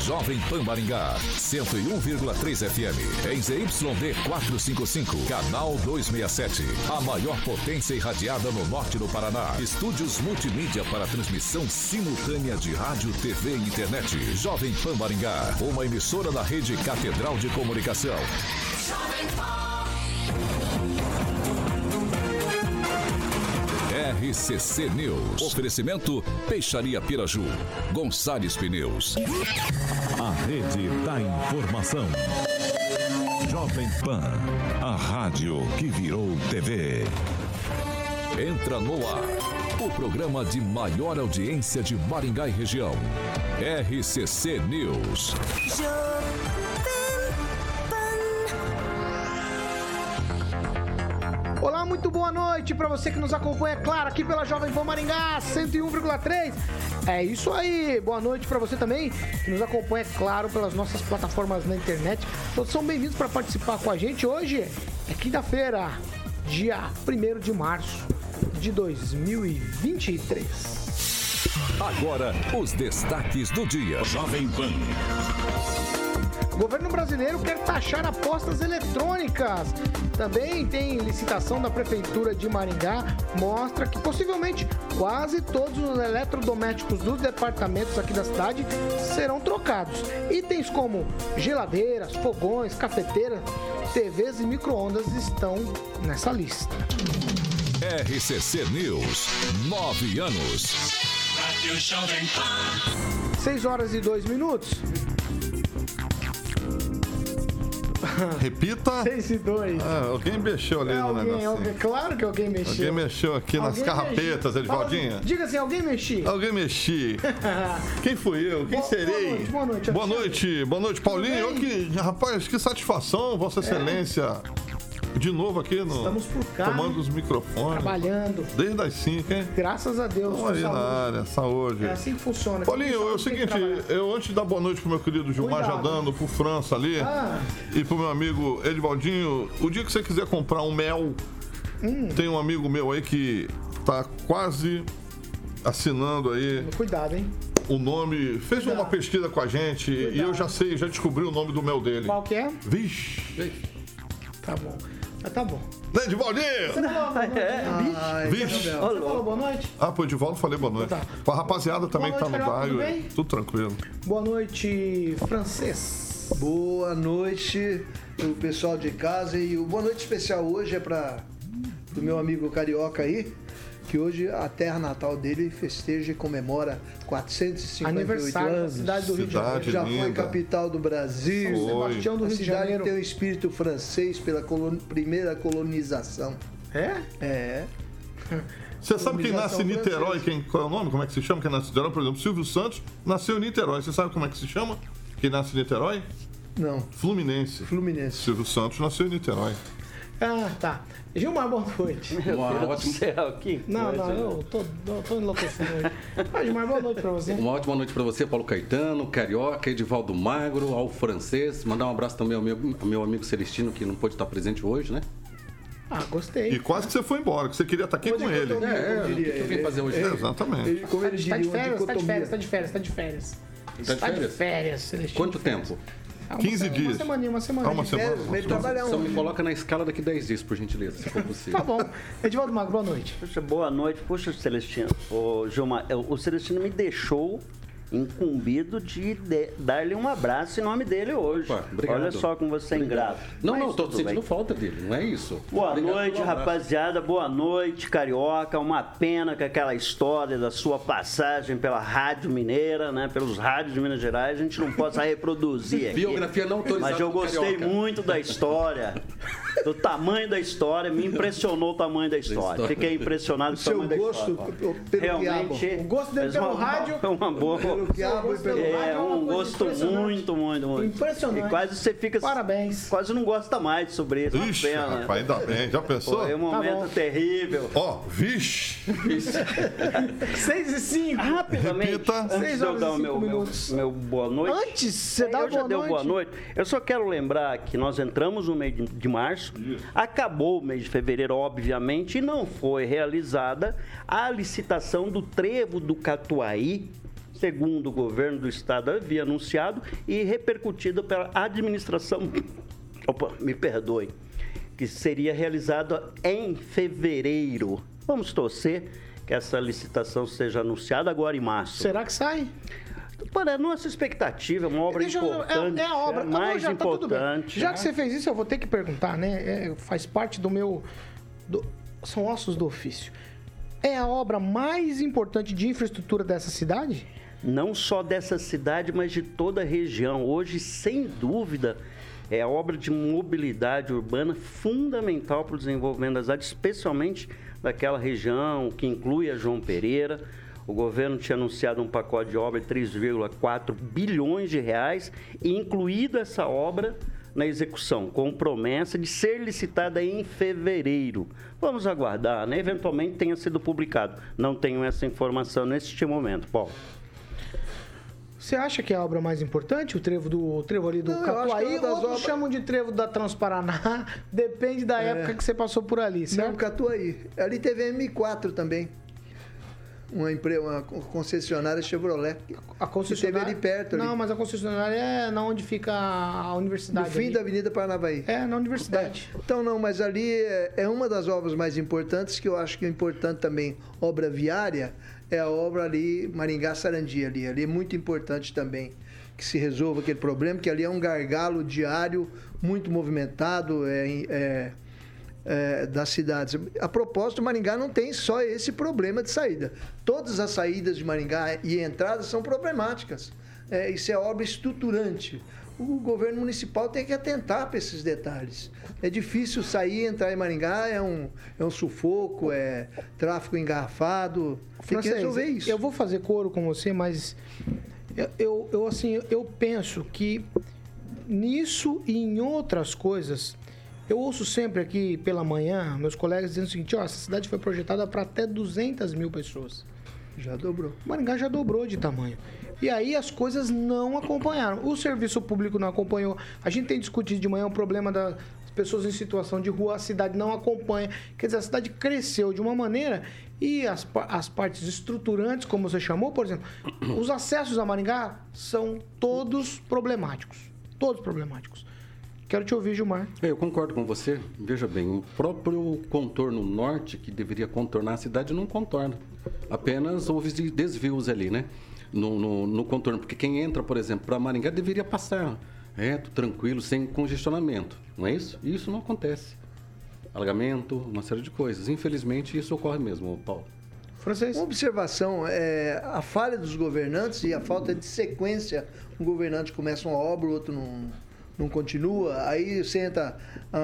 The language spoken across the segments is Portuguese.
Jovem Pan Maringá, 101,3 FM. Em ZYD 455, canal 267. A maior potência irradiada no norte do Paraná. Estúdios multimídia para transmissão simultânea de rádio, TV e internet. Jovem Pan Maringá, uma emissora da rede Catedral de Comunicação. Jovem Pan. RCC News. Oferecimento Peixaria Piraju, Gonçalves Pneus. A rede da informação. Jovem Pan, a rádio que virou TV. Entra no ar, o programa de maior audiência de Maringá e região. RCC News. Olá, muito boa noite para você que nos acompanha, claro, aqui pela Jovem Pan Maringá 101,3. É isso aí, boa noite para você também que nos acompanha, claro, pelas nossas plataformas na internet. Todos são bem-vindos para participar com a gente. Hoje é quinta-feira, dia 1º de março de 2023. Agora, os destaques do dia. Jovem Pan. O governo brasileiro quer taxar apostas eletrônicas. Também tem licitação da Prefeitura de Maringá, mostra que possivelmente quase todos os eletrodomésticos dos departamentos aqui da cidade serão trocados. Itens como geladeiras, fogões, cafeteiras, TVs e micro-ondas estão nessa lista. RCC News, 9 anos. 6 horas e 2 minutos. Repita. 6 e 2. Alguém mexeu ali no negócio. Claro que alguém mexeu. Alguém mexeu aqui nas carrapetas, Edivaldinha. Diga assim, alguém mexeu. Alguém mexi. Quem fui eu? Quem serei? Boa noite. Boa noite, Paulinho. Rapaz, que satisfação, Vossa Excelência. De novo aqui estamos por cá, tomando os microfones. Trabalhando. Desde as 5, hein? Graças a Deus. Estamos aí na área, saúde. É assim que funciona. Paulinho, é o seguinte, eu antes de dar boa noite pro meu querido Gilmar Jadano, pro França ali, e pro meu amigo Edivaldinho, o dia que você quiser comprar um mel, tem um amigo meu aí que tá quase assinando aí. Cuidado, hein? O nome, fez uma pesquisa com a gente. Cuidado. E eu já descobri o nome do mel dele. Qual que é? Vixe. Tá bom. Tá bom. Edivaldinho! Você não falou boa noite? Vixe! Você falou boa noite? Pro Edivaldo falei boa noite. Tá. Pra rapaziada também que tá no bairro. Tudo tranquilo. Boa noite, Francês. Boa noite, o pessoal de casa. E o boa noite especial hoje é do meu amigo Carioca aí, que hoje a terra natal dele festeja e comemora 458 aniversário anos. Da cidade do Rio de Janeiro. Já foi capital do Brasil. Sebastião do Rio de Janeiro. A cidade tem um espírito francês pela primeira colonização. É? Você sabe quem nasce em Niterói? Qual é o nome? Como é que se chama? Quem nasce em Niterói? Por exemplo, Silvio Santos nasceu em Niterói. Você sabe como é que se chama? Quem nasce em Niterói? Não. Fluminense. Silvio Santos nasceu em Niterói. Tá. Gilmar, boa noite. Ótimo céu aqui. Não, eu tô enlouquecendo hoje. Gilmar, boa noite pra você. Uma ótima noite pra você, Paulo Caetano, Carioca, Edivaldo Magro, ao Francês. Mandar um abraço também ao meu amigo Celestino, que não pôde estar presente hoje, né? Gostei. E quase que você foi embora, que você queria estar aqui com ele. O que eu vim fazer hoje? Exatamente. Tá de férias. Tá de férias, Celestino. Quanto tempo? 15 dias. Uma semana. Só me coloca na escala daqui 10 dias, por gentileza, se for possível. Tá bom. Edivaldo Magro, boa noite. Boa noite. Puxa, Celestino. Gilmar, o Celestino me deixou incumbido de dar-lhe um abraço em nome dele hoje. Opa, obrigado. Olha só como você é ingrato. Não, tô sentindo falta dele, não é isso. Boa noite, rapaziada. Boa noite, Carioca. Uma pena que aquela história da sua passagem pela Rádio Mineira, né, pelos rádios de Minas Gerais, a gente não possa reproduzir aqui. Biografia não autorizada. Mas eu gostei Carioca. muito da história, do tamanho da história, me impressionou o tamanho da história. Fiquei impressionado com o tamanho da história. Realmente, o gosto dele pelo rádio é uma boa. Um gosto muito. Impressionante. E quase você fica... Parabéns. Quase não gosta mais sobre isso. Ixi, rapaz, ainda bem. Já pensou? Foi um momento terrível. Vixe. 6 e 5. Rapidamente. Repita. Antes de eu dar o meu boa noite. Antes, você dá eu já dei boa noite. Eu só quero lembrar que nós entramos no mês de março. Acabou o mês de fevereiro, obviamente, e não foi realizada a licitação do trevo do Catuaí, segundo o governo do estado havia anunciado e repercutida pela administração, me perdoe, que seria realizada em fevereiro. Vamos torcer que essa licitação seja anunciada agora em março. Será que sai? Para nossa expectativa, é uma obra importante. É a obra mais já importante. Tá já que você fez isso, eu vou ter que perguntar, né? Faz parte do meu... são ossos do ofício. É a obra mais importante de infraestrutura dessa cidade? Não só dessa cidade, mas de toda a região. Hoje, sem dúvida, é a obra de mobilidade urbana fundamental para o desenvolvimento da cidade, especialmente daquela região que inclui a João Pereira. O governo tinha anunciado um pacote de obra de 3,4 bilhões de reais, e incluída essa obra na execução, com promessa de ser licitada em fevereiro. Vamos aguardar, né? Eventualmente tenha sido publicado. Não tenho essa informação neste momento, Paulo. Você acha que é a obra mais importante, o trevo ali do Catuaí, ou outros chamam de trevo da Transparaná? Depende da época que você passou por ali, certo? Não, Catuaí. Ali teve a M4 também. Uma concessionária Chevrolet. A concessionária... Que teve ali perto. Não, mas a concessionária é na onde fica a universidade. No fim ali. Da Avenida Paranavaí. É, na universidade. Então, não, mas ali é uma das obras mais importantes, que eu acho que é importante também, obra viária, é a obra ali, Maringá-Sarandi, ali é muito importante também que se resolva aquele problema, que ali é um gargalo diário muito movimentado das cidades. A propósito, Maringá não tem só esse problema de saída. Todas as saídas de Maringá e entradas são problemáticas. Isso é obra estruturante. O governo municipal tem que atentar para esses detalhes. É difícil sair e entrar em Maringá, é um sufoco, é tráfego engarrafado. Tem que resolver isso. Eu vou fazer coro com você, mas eu penso que nisso e em outras coisas, eu ouço sempre aqui pela manhã meus colegas dizendo o seguinte: essa cidade foi projetada para até 200 mil pessoas. Já dobrou. Maringá já dobrou de tamanho. E aí as coisas não acompanharam. O serviço público não acompanhou. A gente tem discutido de manhã o problema das pessoas em situação de rua. A cidade não acompanha. Quer dizer, a cidade cresceu de uma maneira e as partes estruturantes, como você chamou, por exemplo, os acessos a Maringá são todos problemáticos. Todos problemáticos. Quero te ouvir, Gilmar. Eu concordo com você. Veja bem, o próprio contorno norte, que deveria contornar a cidade, não contorna. Apenas houve desvios ali, né? No contorno. Porque quem entra, por exemplo, para Maringá deveria passar reto, tranquilo, sem congestionamento. Não é isso? E isso não acontece. Alagamento, uma série de coisas. Infelizmente, isso ocorre mesmo, Paulo. Francês? Uma observação, a falha dos governantes e a falta de sequência. Um governante começa uma obra, o outro não continua. Aí senta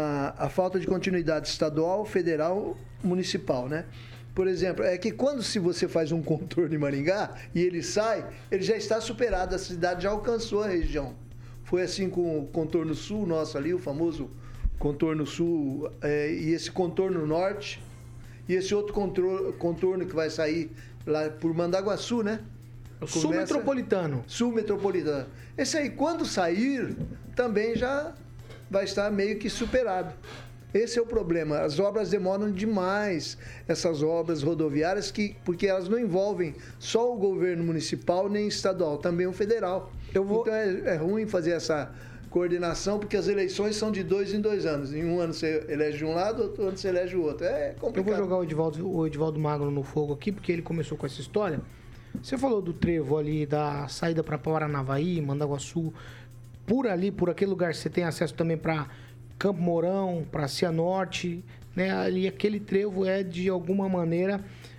a falta de continuidade estadual, federal, municipal, né? Por exemplo, é que se você faz um contorno em Maringá e ele sai, ele já está superado, a cidade já alcançou a região. Foi assim com o contorno sul nosso ali, o famoso contorno sul, e esse contorno norte, e esse outro contorno que vai sair lá por Mandaguaçu, né? Sul metropolitano. Sul metropolitano. Esse aí, quando sair, também já vai estar meio que superado. Esse é o problema. As obras demoram demais, essas obras rodoviárias, porque elas não envolvem só o governo municipal nem estadual, também o federal. Então é ruim fazer essa coordenação, porque as eleições são de 2 em 2 anos. Em um ano você elege um lado, outro ano você elege o outro. É complicado. Eu vou jogar o Edivaldo Magno no fogo aqui, porque ele começou com essa história. Você falou do trevo ali, da saída para Paranavaí, Mandaguaçu, por ali, por aquele lugar você tem acesso também para Campo Mourão, para Cianorte, né? Ali aquele trevo é de alguma maneira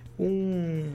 um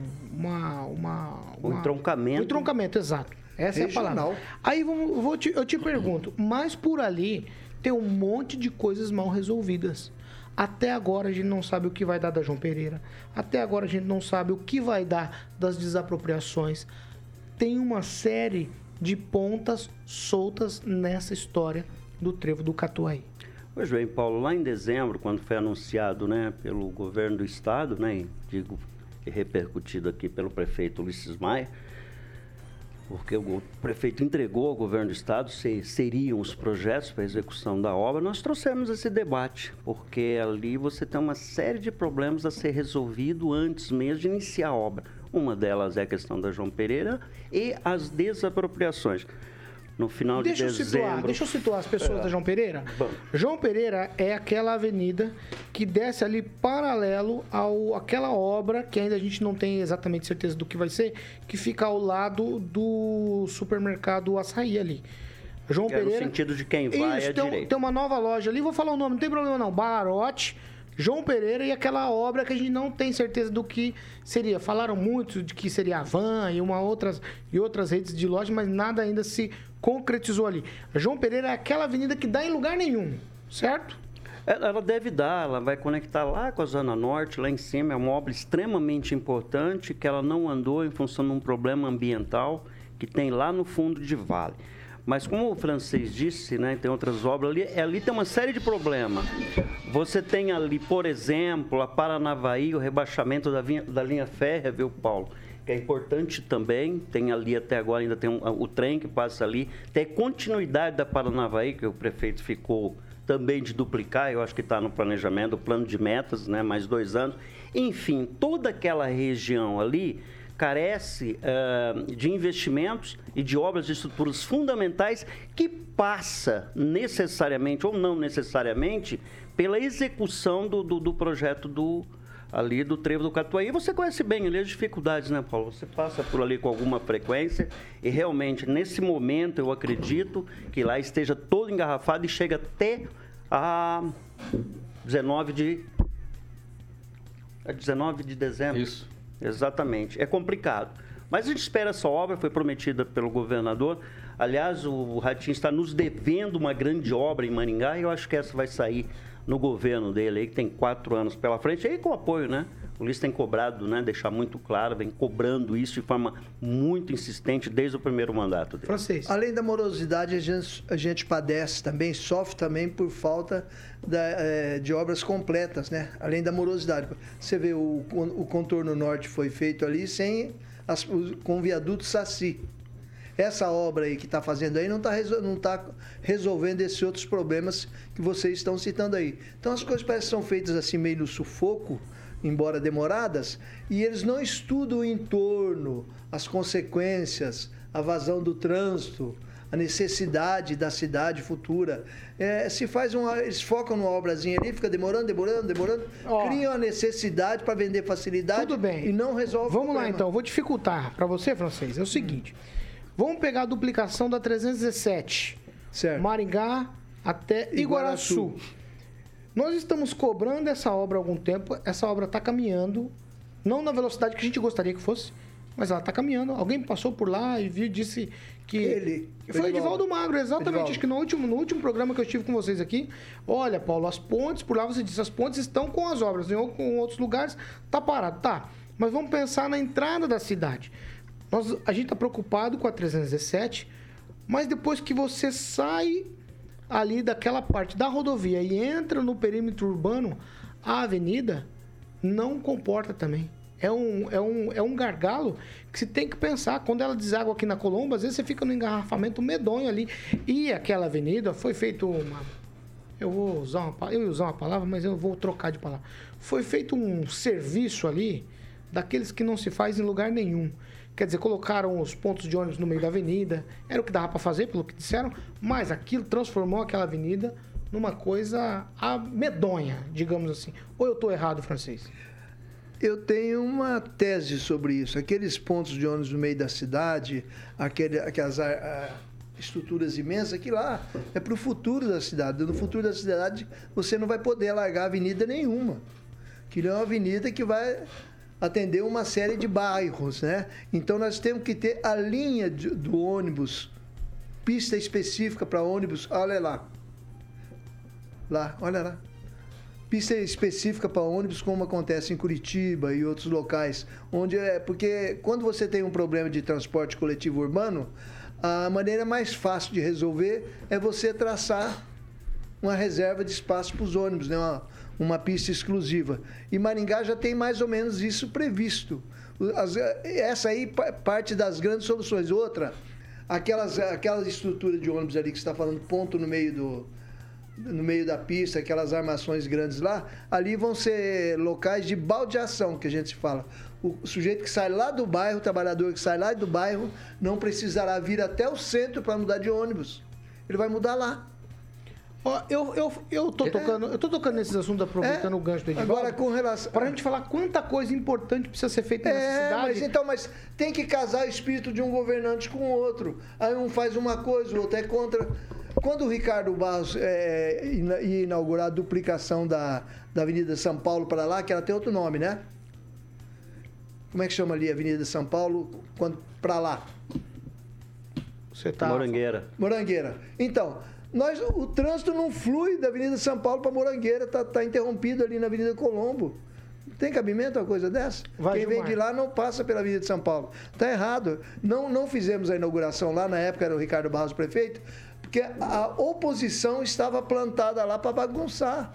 entroncamento. Um entroncamento, exato. Essa regional. É a palavra. Aí eu te pergunto, mas por ali tem um monte de coisas mal resolvidas. Até agora a gente não sabe o que vai dar da João Pereira. Até agora a gente não sabe o que vai dar das desapropriações. Tem uma série de pontas soltas nessa história do trevo do Catuaí. Pois bem, Paulo, lá em dezembro, quando foi anunciado, né, pelo governo do estado, né, e repercutido aqui pelo prefeito Ulisses Maia, porque o prefeito entregou ao governo do estado se seriam os projetos para a execução da obra, nós trouxemos esse debate, porque ali você tem uma série de problemas a ser resolvido antes mesmo de iniciar a obra. Uma delas é a questão da João Pereira e as desapropriações. No final de dezembro... Deixa eu situar as pessoas da João Pereira. Bom. João Pereira é aquela avenida que desce ali paralelo àquela obra, que ainda a gente não tem exatamente certeza do que vai ser, que fica ao lado do supermercado Açaí ali. João Pereira... no sentido de quem vai à direita. Tem uma nova loja ali, vou falar o nome, não tem problema não, Barote, João Pereira e aquela obra que a gente não tem certeza do que seria. Falaram muito de que seria a Van e outras redes de loja, mas nada ainda se concretizou ali. A João Pereira é aquela avenida que dá em lugar nenhum, certo? Ela deve dar, ela vai conectar lá com a Zona Norte, lá em cima. É uma obra extremamente importante que ela não andou em função de um problema ambiental que tem lá no fundo de vale. Mas como o francês disse, né, tem outras obras ali tem uma série de problemas. Você tem ali, por exemplo, a Paranavaí, o rebaixamento da linha férrea, viu, Paulo? Que é importante também, tem ali até agora, ainda tem o trem que passa ali, tem continuidade da Paranavaí, que o prefeito ficou também de duplicar, eu acho que está no planejamento, o plano de metas, né, mais 2 anos. Enfim, toda aquela região ali carece de investimentos e de obras de estruturas fundamentais que passa necessariamente ou não necessariamente pela execução do projeto ali do Trevo do Catuaí. Você conhece bem ali as dificuldades, né, Paulo? Você passa por ali com alguma frequência e realmente, nesse momento, eu acredito que lá esteja todo engarrafado e chega até a 19 de dezembro. Isso. Exatamente. É complicado. Mas a gente espera essa obra, foi prometida pelo governador. Aliás, o Ratinho está nos devendo uma grande obra em Maringá e eu acho que essa vai sair no governo dele, aí, que tem 4 anos pela frente, e aí com apoio, né? O Ulisses tem cobrado, né? Deixar muito claro, vem cobrando isso de forma muito insistente desde o primeiro mandato dele. Francês. Além da morosidade, a gente padece também, sofre também por falta de obras completas, né? Além da morosidade. Você vê, o contorno norte foi feito ali com o viaduto Saci. Essa obra aí que está fazendo aí não está resolvendo esses outros problemas que vocês estão citando aí. Então as coisas parecem que são feitas assim meio no sufoco, embora demoradas, e eles não estudam o entorno, as consequências, a vazão do trânsito, a necessidade da cidade futura. Eles focam numa obrazinha ali, fica demorando, criam a necessidade para vender facilidade. Tudo bem. E não resolve o problema. Vamos lá então, vou dificultar para você, Francês. É o seguinte, vamos pegar a duplicação da 317, certo. Maringá até Iguaraçu. Nós estamos cobrando essa obra há algum tempo, essa obra está caminhando, não na velocidade que a gente gostaria que fosse, mas ela está caminhando. Alguém passou por lá e viu, disse que... Foi Edivaldo Magro, exatamente. Acho que no último programa que eu estive com vocês aqui, olha, Paulo, as pontes, por lá você disse, as pontes estão com as obras, ou com outros lugares, está parado. Tá, mas vamos pensar na entrada da cidade. A gente está preocupado com a 317, mas depois que você sai ali daquela parte da rodovia e entra no perímetro urbano, a avenida não comporta também. É um gargalo que se tem que pensar. Quando ela deságua aqui na Colombo, às vezes você fica no engarrafamento medonho ali. E aquela avenida foi feito uma... Eu ia usar uma palavra, mas eu vou trocar de palavra. Foi feito um serviço ali daqueles que não se faz em lugar nenhum. Quer dizer, colocaram os pontos de ônibus no meio da avenida. Era o que dava para fazer, pelo que disseram. Mas aquilo transformou aquela avenida numa coisa medonha, digamos assim. Ou eu estou errado, Francês? Eu tenho uma tese sobre isso. Aqueles pontos de ônibus no meio da cidade, aquelas estruturas imensas, aquilo lá é para o futuro da cidade. No futuro da cidade, você não vai poder largar avenida nenhuma. Aquilo é uma avenida que vai atender uma série de bairros, né? Então, nós temos que ter a linha do ônibus, pista específica para ônibus. Olha lá. Olha lá. Pista específica para ônibus, como acontece em Curitiba e outros locais, porque quando você tem um problema de transporte coletivo urbano, a maneira mais fácil de resolver é você traçar uma reserva de espaço para os ônibus, né? uma pista exclusiva. E Maringá já tem mais ou menos isso previsto. Essa aí parte das grandes soluções. Outra, aquelas estruturas de ônibus ali que você está falando, ponto no meio da pista, aquelas armações grandes lá, ali vão ser locais de baldeação, que a gente fala. O sujeito que sai lá do bairro, o trabalhador que sai lá do bairro, não precisará vir até o centro para mudar de ônibus. Ele vai mudar lá. Ó, eu tô tocando nesses assuntos, aproveitando o gancho do Edivaldo. Agora, com relação... Pra gente falar quanta coisa importante precisa ser feita nessa cidade. Mas tem que casar o espírito de um governante com o outro. Aí um faz uma coisa, o outro é contra. Quando o Ricardo Barros ia inaugurar a duplicação da Avenida São Paulo para lá, que ela tem outro nome, né? Como é que chama ali a Avenida São Paulo para lá? Morangueira. Então, o trânsito não flui da Avenida São Paulo para Morangueira, tá interrompido ali na Avenida Colombo. Tem cabimento uma coisa dessa? Quem vem de lá não passa pela Avenida de São Paulo. Tá errado. Não fizemos a inauguração lá, na época era o Ricardo Barros prefeito, porque a oposição estava plantada lá para bagunçar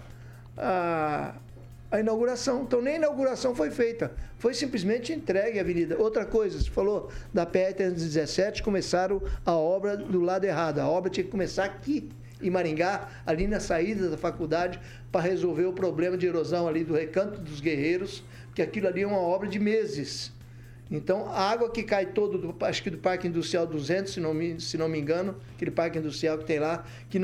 a inauguração. Então, nem a inauguração foi feita. Foi simplesmente entregue a avenida. Outra coisa, você falou da PR-317, começaram a obra do lado errado. A obra tinha que começar aqui, em Maringá, ali na saída da faculdade, para resolver o problema de erosão ali do Recanto dos Guerreiros, porque aquilo ali é uma obra de meses. Então, a água que cai todo, acho que do Parque Industrial 200, se não me engano, aquele parque industrial que tem lá, que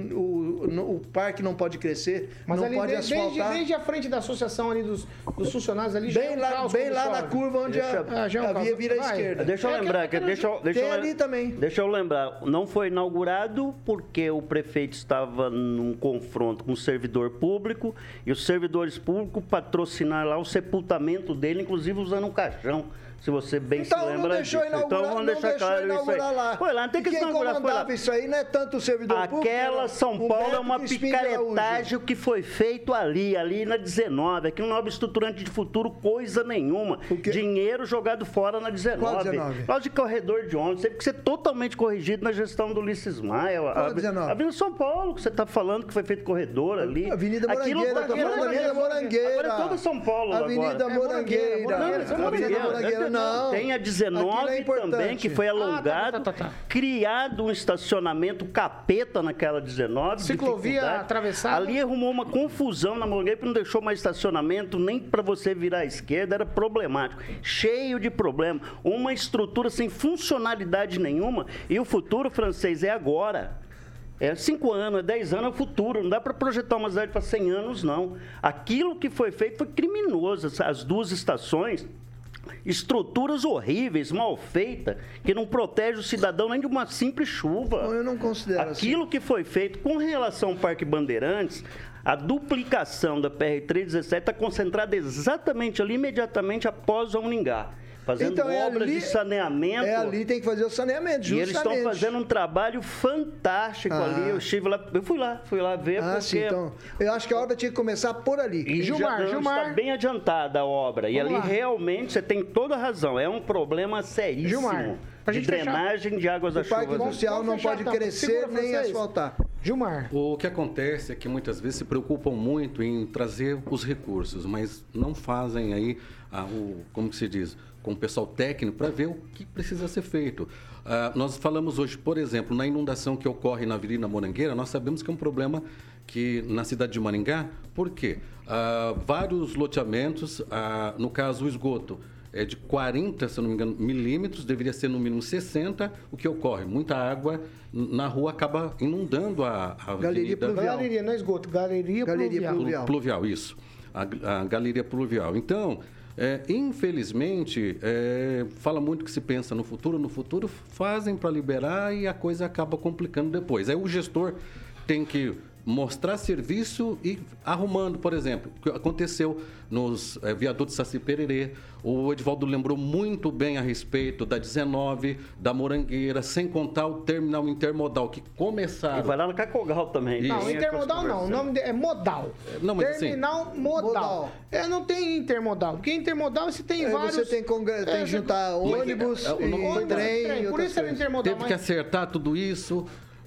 o parque não pode crescer, mas não pode asfaltar. Desde a frente da associação ali dos funcionários ali, bem lá na curva onde a via vira à esquerda. Deixa eu lembrar, tem ali também. Deixa eu lembrar, não foi inaugurado porque o prefeito estava num confronto com o servidor público e os servidores públicos patrocinaram lá o sepultamento dele, inclusive usando um caixão. Se você bem se lembra disso. Então, vamos deixar claro isso aí. Lá. Foi lá, não tem que se inaugurar. Quem comandava isso aí não é tanto o servidor público. Aquela São Paulo é uma picaretagem que foi feito ali na 19. Aquilo não é obstruturante de futuro coisa nenhuma. Dinheiro jogado fora na 19. Qual 19? Nós de corredor de ônibus. Teve que ser totalmente corrigido na gestão do Ulisses Maia. Qual 19? A Avenida São Paulo, que você está falando que foi feito corredor ali. Avenida Morangueira. Avenida Morangueira. Agora é toda São Paulo Avenida Morangueira. Avenida Morangueira. Não. Tem a 19 também, que foi alongado, criado um estacionamento capeta naquela 19. Ciclovia atravessada. Ali arrumou uma confusão na Morangueira, não deixou mais estacionamento, nem para você virar à esquerda, era problemático. Cheio de problema. Uma estrutura sem funcionalidade nenhuma, e o futuro francês é agora. É 5 anos, é 10 anos, é o futuro. Não dá para projetar uma cidade para 100 anos, não. Aquilo que foi feito foi criminoso. As duas estações, estruturas horríveis, mal feitas, que não protege o cidadão nem de uma simples chuva. Eu não considero aquilo que foi feito com relação ao Parque Bandeirantes, a duplicação da PR-317 está concentrada exatamente ali, imediatamente após o Uningá. Fazendo obras de saneamento. Ali tem que fazer o saneamento, justamente. E eles estão fazendo um trabalho fantástico ali. Eu estive lá, eu fui lá ver. Sim, então, eu acho que a obra tinha que começar por ali. E Gilmar. Está bem adiantada a obra. E ali realmente você tem toda a razão. É um problema seríssimo. Gilmar, de drenagem de águas da chuva. O parque industrial não pode crescer nem asfaltar. Gilmar. O que acontece é que muitas vezes se preocupam muito em trazer os recursos, mas não fazem aí, como que se diz, com o pessoal técnico para ver o que precisa ser feito. Nós falamos hoje, por exemplo, na inundação que ocorre na Avenida Morangueira, nós sabemos que é um problema que na cidade de Maringá, por quê? Vários loteamentos, no caso o esgoto, é de 40, se não me engano, milímetros, deveria ser no mínimo 60. O que ocorre? Muita água na rua acaba inundando a avenida. Galeria, não é esgoto, galeria pluvial, isso. A galeria pluvial. Então, infelizmente, fala muito que se pensa no futuro fazem para liberar e a coisa acaba complicando depois. Aí o gestor tem que mostrar serviço e arrumando, por exemplo, o que aconteceu nos viadutos Saci Pererê. O Edivaldo lembrou muito bem a respeito da 19, da Morangueira, sem contar o terminal intermodal, que começaram... E vai lá no Cacogal também. Não, Isso. intermodal não, o nome é modal. Não, mas terminal assim, modal. Não tem intermodal, porque intermodal você tem vários... Você tem que juntar ônibus e trem. Por isso era intermodal. Teve que acertar tudo isso.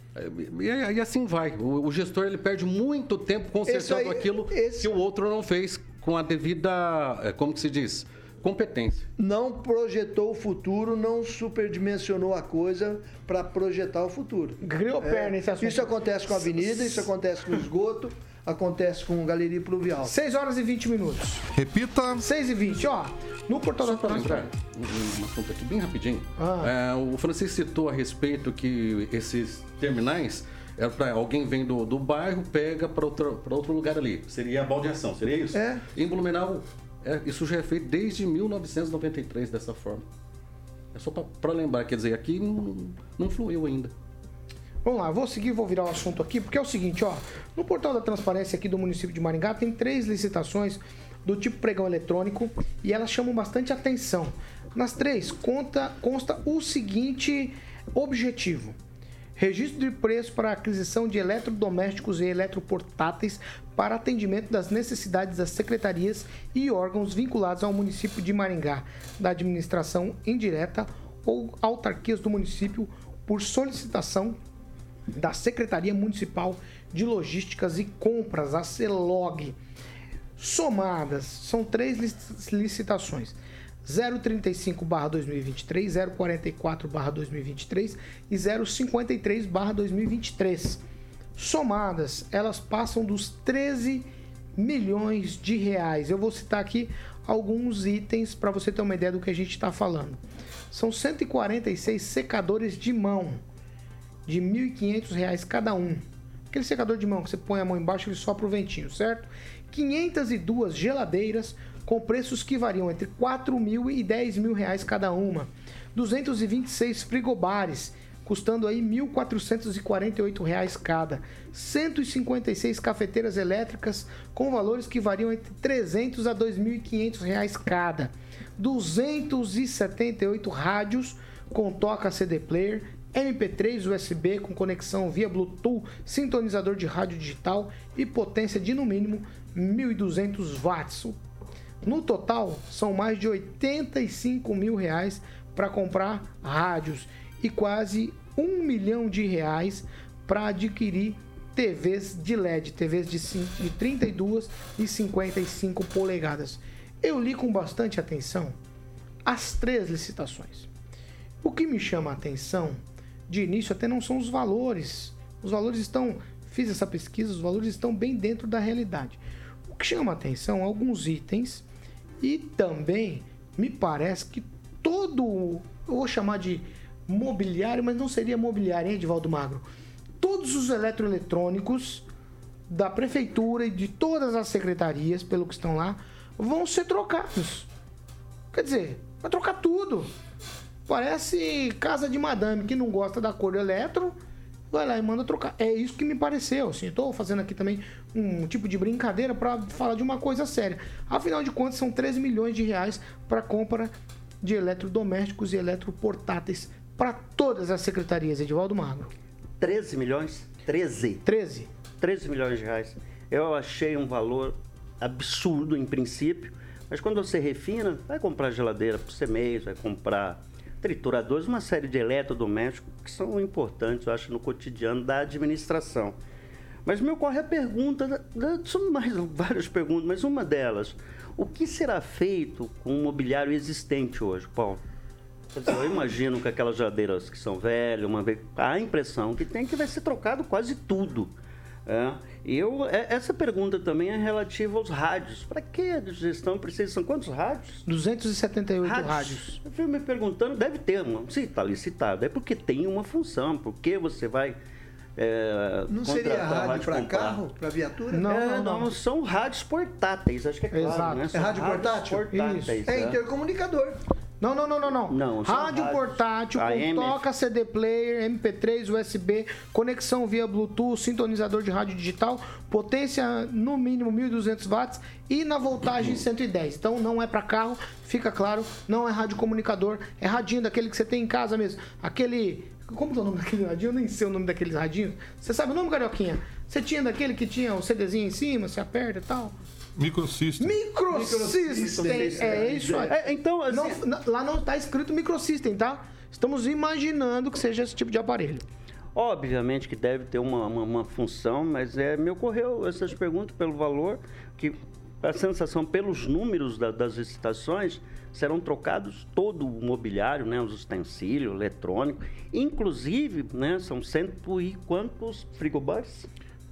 E assim vai. O gestor ele perde muito tempo consertando aquilo que o outro não fez com a devida, como que se diz, competência. Não projetou o futuro, não superdimensionou a coisa para projetar o futuro. Criou perna esse assunto. Isso acontece com a avenida, isso acontece com o esgoto, acontece com galeria pluvial. 6 horas e 20 minutos. Repita. 6h20, ó. No portal da Lembrar um assunto aqui bem rapidinho. O Francisco citou a respeito que esses terminais é para alguém vem do bairro, pega para outro lugar ali. Seria a baldeação, seria isso? Em Blumenau, isso já é feito desde 1993 dessa forma. É só para lembrar, quer dizer, aqui não fluiu ainda. Vamos lá, vou virar o assunto aqui, porque é o seguinte, ó. No portal da transparência aqui do município de Maringá tem 3 licitações do tipo pregão eletrônico e elas chamam bastante atenção. Nas 3 consta o seguinte objetivo: registro de preço para aquisição de eletrodomésticos e eletroportáteis para atendimento das necessidades das secretarias e órgãos vinculados ao município de Maringá, da administração indireta ou autarquias do município por solicitação da Secretaria Municipal de Logísticas e Compras, a CELOG. Somadas, são 3 licitações: 035/2023, 044/2023 e 053/2023. Somadas, elas passam dos 13 milhões de reais. Eu vou citar aqui alguns itens para você ter uma ideia do que a gente está falando. São 146 secadores de mão, de R$ 1.500 cada um. Aquele secador de mão que você põe a mão embaixo e ele sopra o ventinho, certo? 502 geladeiras com preços que variam entre R$ 4.000 e R$ 10.000 cada uma. 226 frigobares, custando aí R$ 1.448 cada. 156 cafeteiras elétricas com valores que variam entre R$ 300 a R$ 2.500 cada. 278 rádios com toca CD player, MP3 USB com conexão via Bluetooth, sintonizador de rádio digital e potência de no mínimo 1.200 watts. No total, são mais de R$ 85 mil para comprar rádios e quase R$ 1 milhão para adquirir TVs de LED, TVs de 32 e 55 polegadas. Eu li com bastante atenção as 3 licitações. O que me chama a atenção de início até não são os valores. Os valores estão... Fiz essa pesquisa, os valores estão bem dentro da realidade. O que chama a atenção, alguns itens, e também me parece que todo... Eu vou chamar de mobiliário, mas não seria mobiliário, hein, Edivaldo Magro? Todos os eletroeletrônicos da prefeitura e de todas as secretarias, pelo que estão lá, vão ser trocados. Quer dizer, vai trocar tudo. Parece casa de madame que não gosta da cor do eletro, vai lá e manda trocar. É isso que me pareceu. Assim, estou fazendo aqui também um tipo de brincadeira para falar de uma coisa séria. Afinal de contas, são 13 milhões de reais para compra de eletrodomésticos e eletroportáteis para todas as secretarias, Edivaldo Magro. 13 milhões? 13 milhões de reais. Eu achei um valor absurdo em princípio, mas quando você refina, vai comprar geladeira para você mesmo, vai comprar trituradores, uma série de eletrodomésticos que são importantes, eu acho, no cotidiano da administração. Mas me ocorre a pergunta, são mais várias perguntas, mas uma delas: o que será feito com o mobiliário existente hoje, Paulo? Quer dizer, eu imagino que aquelas geladeiras que são velhas, a impressão que tem que vai ser trocado quase tudo. Essa pergunta também é relativa aos rádios. Para que a gestão precisa? São quantos rádios? 278 rádios. Eu fico me perguntando, deve ter uma. Se está licitado, é porque tem uma função. Porque você vai não seria rádio para carro, para viatura? Não. São rádios portáteis, acho que é claro. Exato. Né? É rádio portátil? Isso. É intercomunicador. Não. Rádio portátil com toca, CD player, MP3, USB, conexão via Bluetooth, sintonizador de rádio digital, potência no mínimo 1.200 watts e na voltagem 110. Então não é para carro, fica claro, não é rádio comunicador, é radinho daquele que você tem em casa mesmo. Aquele... Como que é o nome daquele radinho? Eu nem sei o nome daqueles radinhos. Você sabe o nome, Carioquinha? Você tinha daquele que tinha o CDzinho em cima, você aperta e tal? Microsystem. É isso aí. Então, assim, lá não está escrito Microsystem, tá? Estamos imaginando que seja esse tipo de aparelho. Obviamente que deve ter uma função, mas me ocorreu essas perguntas pelo valor, que a sensação pelos números das licitações serão trocados todo o mobiliário, né, os utensílios, eletrônico, inclusive, né, são cento e quantos frigobares?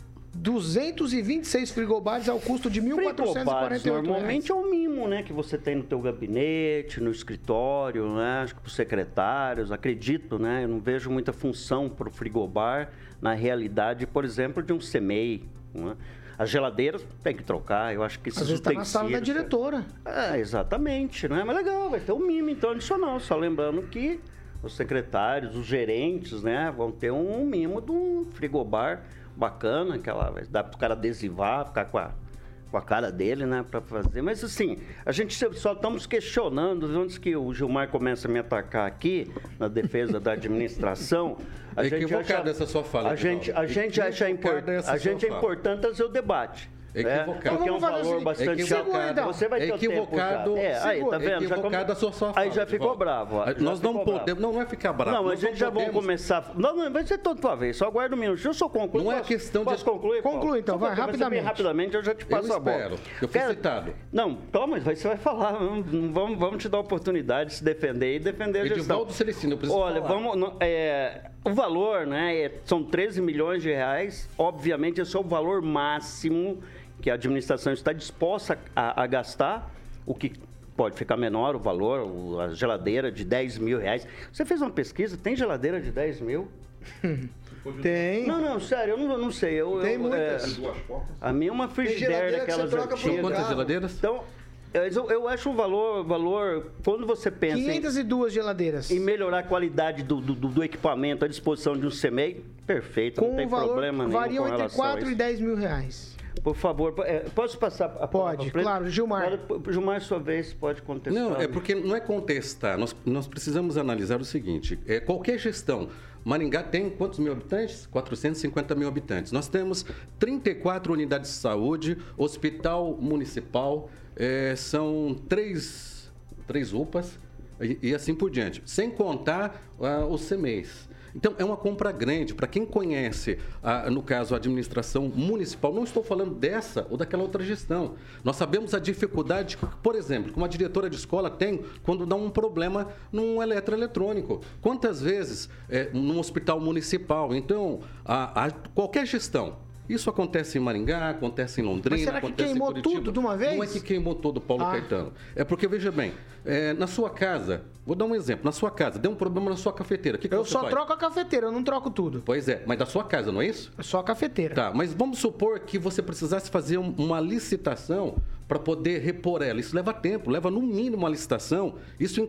226 frigobares ao custo de R$ 1.448. Normalmente é o mimo, né, que você tem no teu gabinete, no escritório, né, acho que para os secretários, acredito, né, eu não vejo muita função para o frigobar na realidade, por exemplo, de um CMEI, né? As geladeiras tem que trocar, eu acho que esses utensílios... Às vezes está na sala da diretora. Exatamente, né, mas legal, vai ter um mimo então adicional, só lembrando que os secretários, os gerentes, né, vão ter um mimo de um frigobar bacana, aquela, dá para o cara adesivar, ficar com a cara dele, né, para fazer. Mas assim, a gente só estamos questionando, antes que o Gilmar comece a me atacar aqui, na defesa da administração... A gente acha, essa sua fala. A gente acha importante fazer o debate. Equivocado. Porque é um valor bastante alto. Você vai ter equivocado. Aí, tá vendo? Equivocado a sua fala. Aí já ficou bravo. Nós não podemos, não é ficar bravo. Não, mas a gente já vamos começar. Não, vai ser toda tua vez. Só aguarda um minuto. Deixa eu só concluir. Não é questão de... Posso concluir? Conclui, então. Vai, rapidamente. Rapidamente, eu já te passo a bola. Eu fui citado. Não, toma, você vai falar. Vamos te dar a oportunidade de se defender e defender a gestão. Edivaldo Celestino, eu preciso falar. Vamos... O valor, né, são 13 milhões de reais. Obviamente, esse é o valor máximo que a administração está disposta a gastar, o que pode ficar menor o valor, a geladeira de 10 mil reais. Você fez uma pesquisa, tem geladeira de 10 mil? Tem. Não, sério, eu não sei. Tem muitas. A minha é uma frigideira daquelas antigas. São quantas geladeiras? Então, eu acho o valor, quando você pensa 502 geladeiras. Em melhorar a qualidade do equipamento à disposição de um CMEI, perfeito, não tem problema nenhum. Varia entre 4 e 10 mil reais. Por favor, posso passar a palavra? Pode, claro, Gilmar. Gilmar, sua vez, pode contestar. Não, é porque não é contestar. Nós precisamos analisar o seguinte: qualquer gestão. Maringá tem quantos mil habitantes? 450 mil habitantes. Nós temos 34 unidades de saúde, hospital municipal, são três UPAs e assim por diante. Sem contar os CMEIs. Então, é uma compra grande. Para quem conhece, no caso, a administração municipal, não estou falando dessa ou daquela outra gestão. Nós sabemos a dificuldade, por exemplo, que uma diretora de escola tem quando dá um problema num eletroeletrônico. Quantas vezes num hospital municipal? Então, qualquer gestão. Isso acontece em Maringá, acontece em Londrina, mas será que acontece queimou em Curitiba. tudo de uma vez? Não é que queimou todo, Paulo Caetano. É porque, veja bem, na sua casa, vou dar um exemplo, na sua casa, deu um problema na sua cafeteira, o que eu você só faz? troco a cafeteira, eu não troco tudo. Pois é, mas da sua casa, não é isso? É só a cafeteira. Tá, mas vamos supor que você precisasse fazer uma licitação para poder repor ela. Isso leva tempo, leva no mínimo uma licitação. Isso em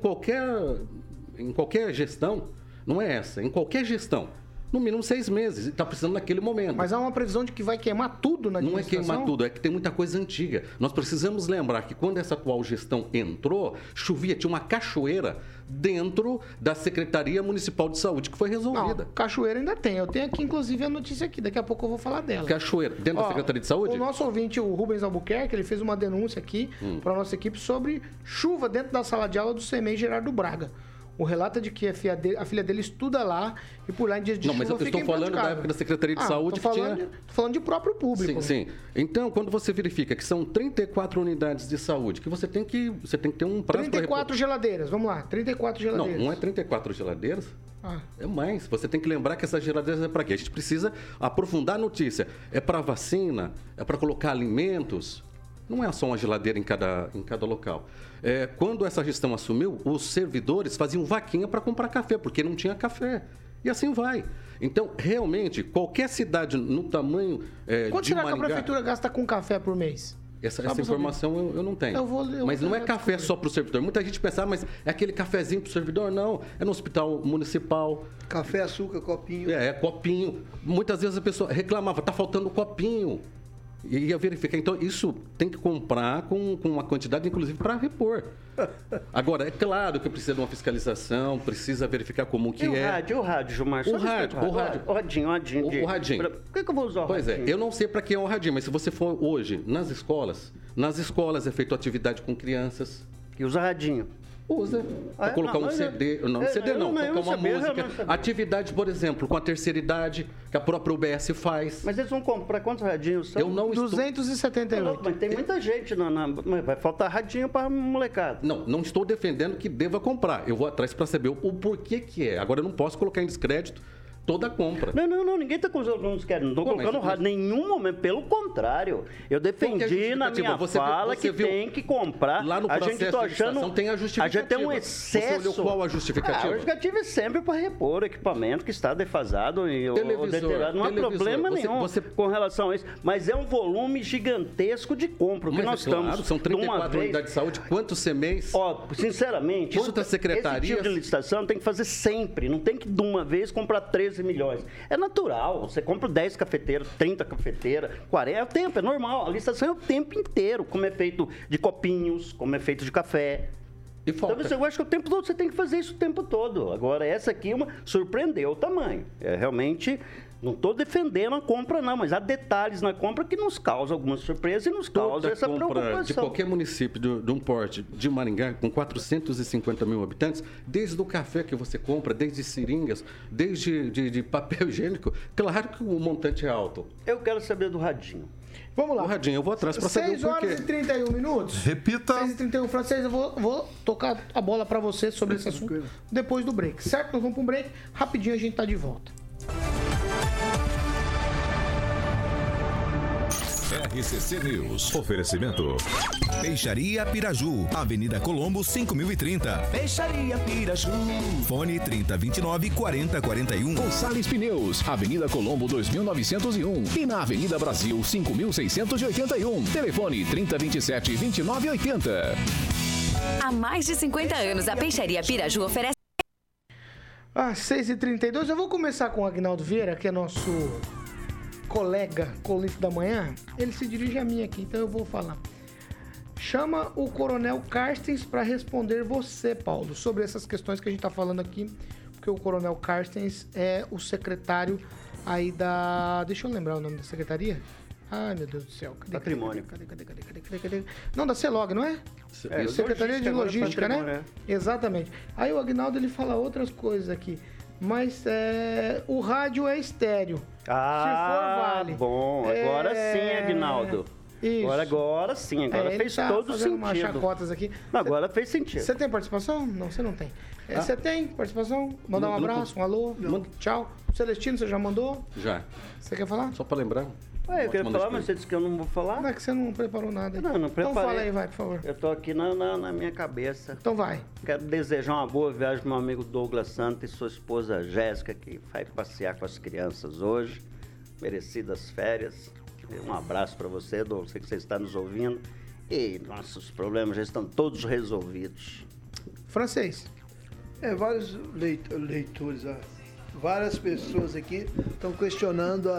qualquer gestão, não é essa, em qualquer gestão. No mínimo 6 meses, e está precisando naquele momento. Mas há uma previsão de que vai queimar tudo na administração? Não é queimar tudo, é que tem muita coisa antiga. Nós precisamos lembrar que quando essa atual gestão entrou, chovia, tinha uma cachoeira dentro da Secretaria Municipal de Saúde, que foi resolvida. Não, cachoeira ainda tem. Eu tenho aqui, inclusive, a notícia aqui. Daqui a pouco eu vou falar dela. Cachoeira, dentro da Secretaria de Saúde? O nosso ouvinte, o Rubens Albuquerque, ele fez uma denúncia aqui para a nossa equipe sobre chuva dentro da sala de aula do CMEI Gerardo Braga. O relato é de que a filha dele estuda lá e por lá em dias de chuva fica impedicada. Não, mas eu estou falando da época da Secretaria de Saúde que tinha... Estou falando de próprio público. Sim. Então, quando você verifica que são 34 unidades de saúde, que você tem que ter um prazo para... 34 geladeiras, vamos lá, 34 geladeiras. Não é 34 geladeiras. É mais. Você tem que lembrar que essas geladeiras é para quê? A gente precisa aprofundar a notícia. É para vacina, é para colocar alimentos... Não é só uma geladeira em cada local. Quando essa gestão assumiu, os servidores faziam vaquinha para comprar café, porque não tinha café. E assim vai. Então, realmente, qualquer cidade no tamanho Quanto de será Maringá... que a prefeitura gasta com café por mês? Essa informação eu não tenho. Mas não é café só para o servidor. Muita gente pensa, mas é aquele cafezinho para o servidor? Não, é no hospital municipal. Café, açúcar, copinho. Copinho. Muitas vezes a pessoa reclamava, está faltando copinho. E ia verificar. Então, isso tem que comprar com uma quantidade, inclusive, para repor. Agora, é claro que precisa de uma fiscalização, precisa verificar como que é. O rádio, Gilmar? O rádio. Rodinho. O radinho. Por que eu vou usar o radinho? Pois é, eu não sei para que é o radinho, mas se você for hoje nas escolas é feita atividade com crianças. E usa radinho. Usa. Pra colocar um CD. Não, CD não. Colocar uma música. Atividade, por exemplo, com a terceira idade, que a própria UBS faz. Mas eles vão comprar quantos radinhos são? Eu não 278. Não, mas tem muita gente. Mas vai faltar radinho pra molecada. Não estou defendendo que deva comprar. Eu vou atrás para saber o porquê que é. Agora eu não posso colocar em descrédito toda a compra. Não, ninguém está colocando, não estou colocando rádio em nenhum momento, pelo contrário. Eu defendi na minha fala que tem que comprar. Lá no processo de licitação tem a justificativa. A gente tem um excesso. Você olhou qual a justificativa? A justificativa é sempre para repor o equipamento que está defasado ou deteriorado. Não há problema nenhum com relação a isso. Mas é um volume gigantesco de compra. Que nós estamos. São 34 unidades de saúde. Quantos CMEs? Ó, sinceramente, isso da secretaria. Esse tipo de licitação tem que fazer sempre. Não tem que de uma vez comprar 13 milhões. É natural. Você compra 10 cafeteiras, 30 cafeteiras, 40. É o tempo, é normal. A licitação é o tempo inteiro. Como é feito de copinhos, como é feito de café. E falta. Então, eu acho que o tempo todo você tem que fazer isso o tempo todo. Agora, essa aqui surpreendeu o tamanho. Realmente, não estou defendendo a compra, não, mas há detalhes na compra que nos causam algumas surpresas e nos causam essa preocupação. De qualquer município de um porte de Maringá, com 450 mil habitantes, desde o café que você compra, desde seringas, desde de papel higiênico, claro que o montante é alto. Eu quero saber do radinho. Vamos lá. O radinho, eu vou atrás para saber o porquê. 6 horas e 31 minutos. Repita. 6h31, Francês, eu vou tocar a bola para você sobre esse assunto depois do break, certo? Nós vamos para um break, rapidinho a gente tá de volta. RCC News. Oferecimento. Peixaria Piraju, Avenida Colombo, 5030. Peixaria Piraju. Fone 3029-4041. Gonçalves Pneus, Avenida Colombo, 2901. E na Avenida Brasil, 5681. Telefone 3027-2980. Há mais de 50 anos, a Peixaria Piraju oferece... 6h32, eu vou começar com o Agnaldo Vieira, que é nosso colega colunista da manhã. Ele se dirige a mim aqui, então eu vou falar. Chama o Coronel Carstens para responder você, Paulo, sobre essas questões que a gente está falando aqui, porque o Coronel Carstens é o secretário aí da... Deixa eu lembrar o nome da secretaria. Ai, meu Deus do céu. Patrimônio. Cadê? Não, da CELOG, não é? Secretaria de Logística, né? Exatamente. Aí o Agnaldo, ele fala outras coisas aqui. Mas o rádio é estéreo. Se for, vale. Bom. Agora sim, Agnaldo. Isso. Agora sim. Agora fez todo sentido. Umas chacotas aqui. Agora fez sentido. Você tem participação? Não, você não tem. Você tem participação? Mandar um abraço, um alô? Tchau. Celestino, você já mandou? Já. Você quer falar? Só para lembrar. Eu queria falar, mas você disse que eu não vou falar. Não é que você não preparou nada. Não preparei. Então fala aí, vai, por favor. Eu tô aqui na minha cabeça. Então vai. Quero desejar uma boa viagem pro meu amigo Douglas Santos e sua esposa Jéssica, que vai passear com as crianças hoje. Merecidas férias. Um abraço para você, Douglas, sei que você está nos ouvindo. E nossos problemas já estão todos resolvidos. Francês. Vários leitores, várias pessoas aqui estão questionando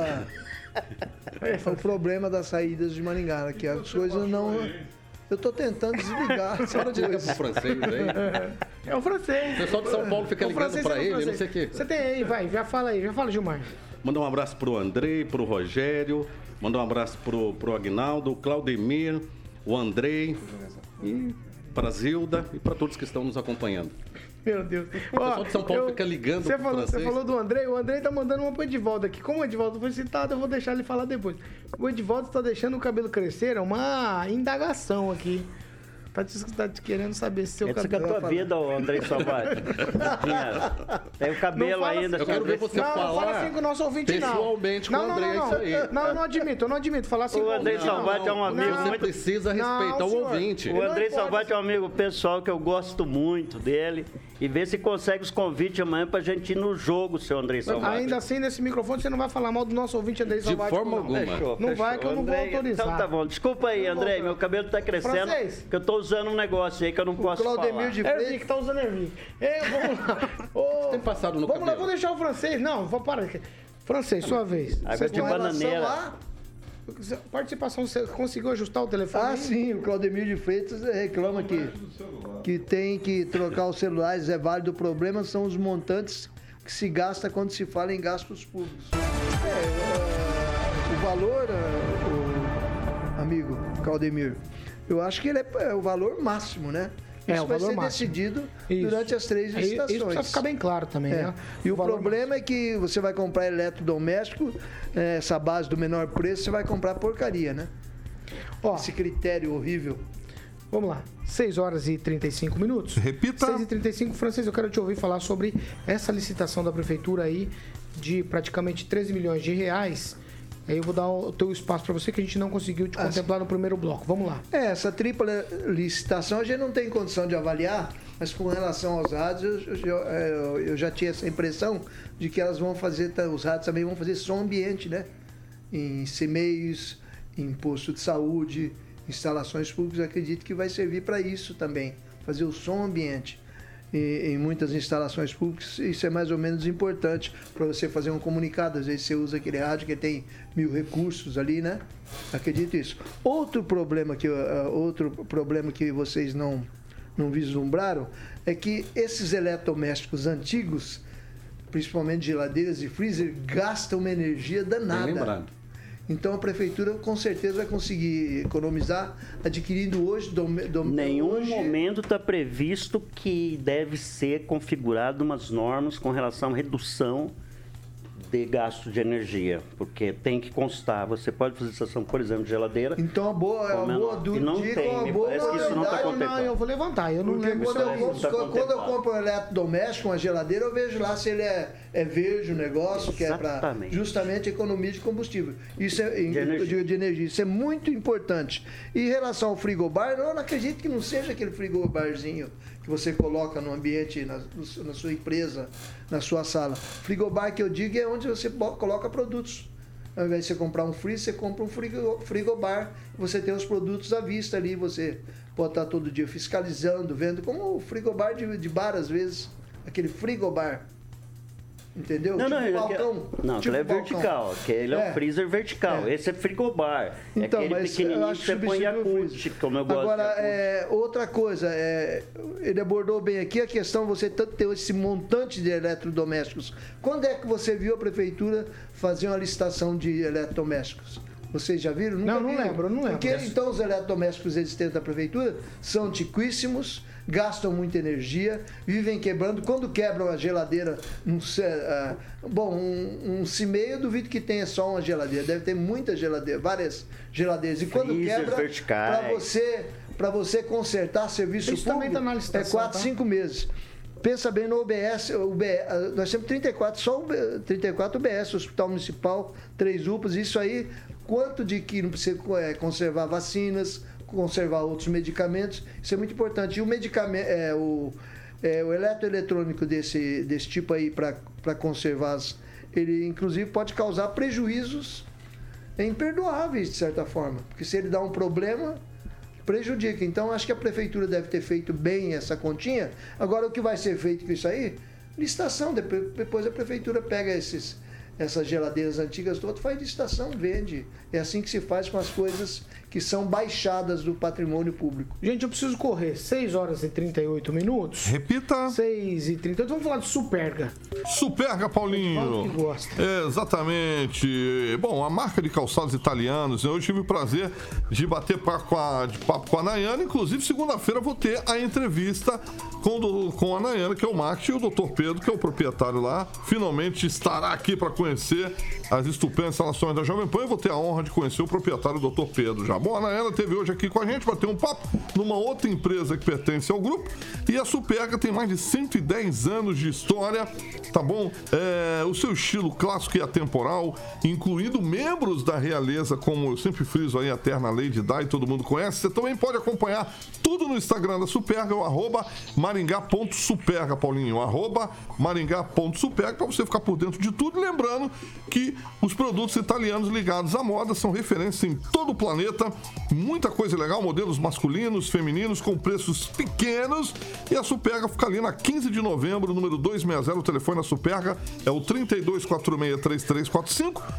o problema das saídas de Maringá, que as coisas não... Eu tô tentando desligar. Só não desliga pro francês aí. É o francês. O pessoal de São Paulo fica ligando pra ele, não sei o quê. Você tem aí, vai, já fala aí, Gilmar. Mandar um abraço pro Andrei, pro Rogério, mandar um abraço pro Agnaldo, o Claudemir, o Andrei, e pra Zilda e pra todos que estão nos acompanhando. Meu Deus. O pessoal de São Paulo fica ligando pro francês. Você falou do Andrei, o Andrei tá mandando uma pro Edivaldo aqui. Como o Edivaldo foi citado, eu vou deixar ele falar depois. O Edivaldo está deixando o cabelo crescer, é uma indagação aqui. Tá te querendo saber se seu cabelo... Essa é a tua vida, Andrei Salvati. Tem o cabelo ainda. Eu quero ver você falar. Não fala assim com o nosso ouvinte, não. Pessoalmente com o Andrei, é isso aí. Não, eu não admito. Falar assim com o Andrei Salvati é um amigo. Você precisa respeitar o ouvinte. O Andrei Salvati é um amigo pessoal que eu gosto muito dele. E ver se consegue os convites amanhã pra gente ir no jogo, seu Andrei Salvati. Ainda assim, nesse microfone, você não vai falar mal do nosso ouvinte Andrei Salvati. De forma alguma. Não vai, que eu não vou autorizar. Então tá bom. Desculpa aí, Andrei. Meu cabelo tá crescendo. Que eu tô usando um negócio aí que eu não posso falar. Claudemir de Freitas tá usando Ervic. Vamos lá. Tem passado no cabelo. Vamos lá, vou deixar o francês. Não, vou parar aqui. Francês, sua vez. Água de bananeira. Participação, você conseguiu ajustar o telefone? Sim, o Claudemir de Freitas reclama que tem que trocar os celulares, é válido. O problema são os montantes que se gasta quando se fala em gastos públicos. O valor, amigo Claudemir, eu acho que ele é o valor máximo, né? Isso vai ser decidido durante as 3 licitações. Isso precisa ficar bem claro também, né? E o problema é que você vai comprar eletrodoméstico, essa base do menor preço, você vai comprar porcaria, né? Esse critério horrível. Vamos lá, 6 horas e 35 minutos. Repita. 6 e 35, Francês, eu quero te ouvir falar sobre essa licitação da prefeitura aí de praticamente 13 milhões de reais. Aí eu vou dar o teu espaço para você, que a gente não conseguiu te contemplar no primeiro bloco. Vamos lá. Essa tripla licitação a gente não tem condição de avaliar, mas com relação aos rádios, eu já tinha essa impressão de que elas vão fazer, os rádios também vão fazer som ambiente, né? Em CMEIs, em posto de saúde, instalações públicas, acredito que vai servir para isso também, fazer o som ambiente. Em muitas instalações públicas, isso é mais ou menos importante para você fazer um comunicado. Às vezes você usa aquele rádio que tem 1000 recursos ali, né? Acredito isso. Outro problema que vocês não vislumbraram é que esses eletrodomésticos antigos, principalmente geladeiras e freezer, gastam uma energia danada. Bem lembrado. Então a prefeitura com certeza vai conseguir economizar adquirindo hoje... Nenhum momento está previsto que deve ser configurado umas normas com relação à redução de gasto de energia, porque tem que constar. Você pode fazer estação, por exemplo, de geladeira. Então a boa dúvida. Não tem, parece que isso não está contemplado. Não, eu vou levantar. Eu não lembro. Quando eu compro um eletrodoméstico, uma geladeira, eu vejo lá se ele é verde o negócio, que é para justamente economia de combustível. Isso é de energia. Isso é muito importante. E em relação ao frigobar, eu não acredito que não seja aquele frigobarzinho que você coloca no ambiente, na sua empresa, na sua sala. Frigobar que eu digo é onde você coloca produtos. Ao invés de você comprar um freezer, você compra um frigobar. Você tem os produtos à vista ali. Você pode estar todo dia fiscalizando, vendo, como o frigobar de bar, às vezes. Aquele frigobar. Entendeu? Aquele é vertical. Aquele é um freezer vertical. Esse é frigobar. Então, aquele pequenininho que você põe Yakult, como eu gosto. Agora, outra coisa, ele abordou bem aqui a questão de você ter esse montante de eletrodomésticos. Quando é que você viu a prefeitura fazer uma licitação de eletrodomésticos? Vocês já viram? Não lembro. Porque então os eletrodomésticos existentes da prefeitura são antiquíssimos, gastam muita energia, vivem quebrando. Quando quebram a geladeira, um CIMEI, eu duvido que tenha só uma geladeira. Deve ter muita geladeira, várias geladeiras. E quando quebra, para você consertar serviço isso público, também tá na licitação, 4, 5 meses. Pensa bem no UBS, nós temos 34 UBS, Hospital Municipal, 3 UPAs, isso aí, quanto de que não precisa conservar vacinas, conservar outros medicamentos, isso é muito importante. E o medicamento, o eletroeletrônico desse tipo aí para conservar, ele inclusive pode causar prejuízos imperdoáveis, de certa forma, porque se ele dá um problema, prejudica. Então, acho que a prefeitura deve ter feito bem essa continha. Agora, o que vai ser feito com isso aí? Licitação. Depois a prefeitura pega essas geladeiras antigas todas, faz licitação, vende. É assim que se faz com as coisas que são baixadas do patrimônio público. Gente, eu preciso correr. 6 horas e 38 minutos. Repita. 6 e 38. Vamos falar de Superga. Superga, Paulinho. Que gosta. Exatamente. Bom, a marca de calçados italianos, eu tive o prazer de bater papo com a Nayana. Inclusive, segunda-feira vou ter a entrevista com a Nayana, que é o marketing, e o Dr. Pedro, que é o proprietário lá. Finalmente estará aqui para conhecer as estupendas instalações da Jovem Pan. Eu vou ter a honra de conhecer o proprietário, o Dr. Pedro, já. Bom, a Nayana esteve hoje aqui com a gente, bateu um papo numa outra empresa que pertence ao grupo. E a Superga tem mais de 110 anos de história, tá bom? O seu estilo clássico e atemporal, incluindo membros da realeza, como eu sempre friso aí, a eterna Lady Di, todo mundo conhece. Você também pode acompanhar tudo no Instagram da Superga, o @maringá.superga, Paulinho, @maringá.superga, para você ficar por dentro de tudo. Lembrando que os produtos italianos ligados à moda são referência em todo o planeta. Muita coisa legal, modelos masculinos, femininos, com preços pequenos. E a Superga fica ali na 15 de novembro, número 260. O telefone da Superga é o 3246-3345.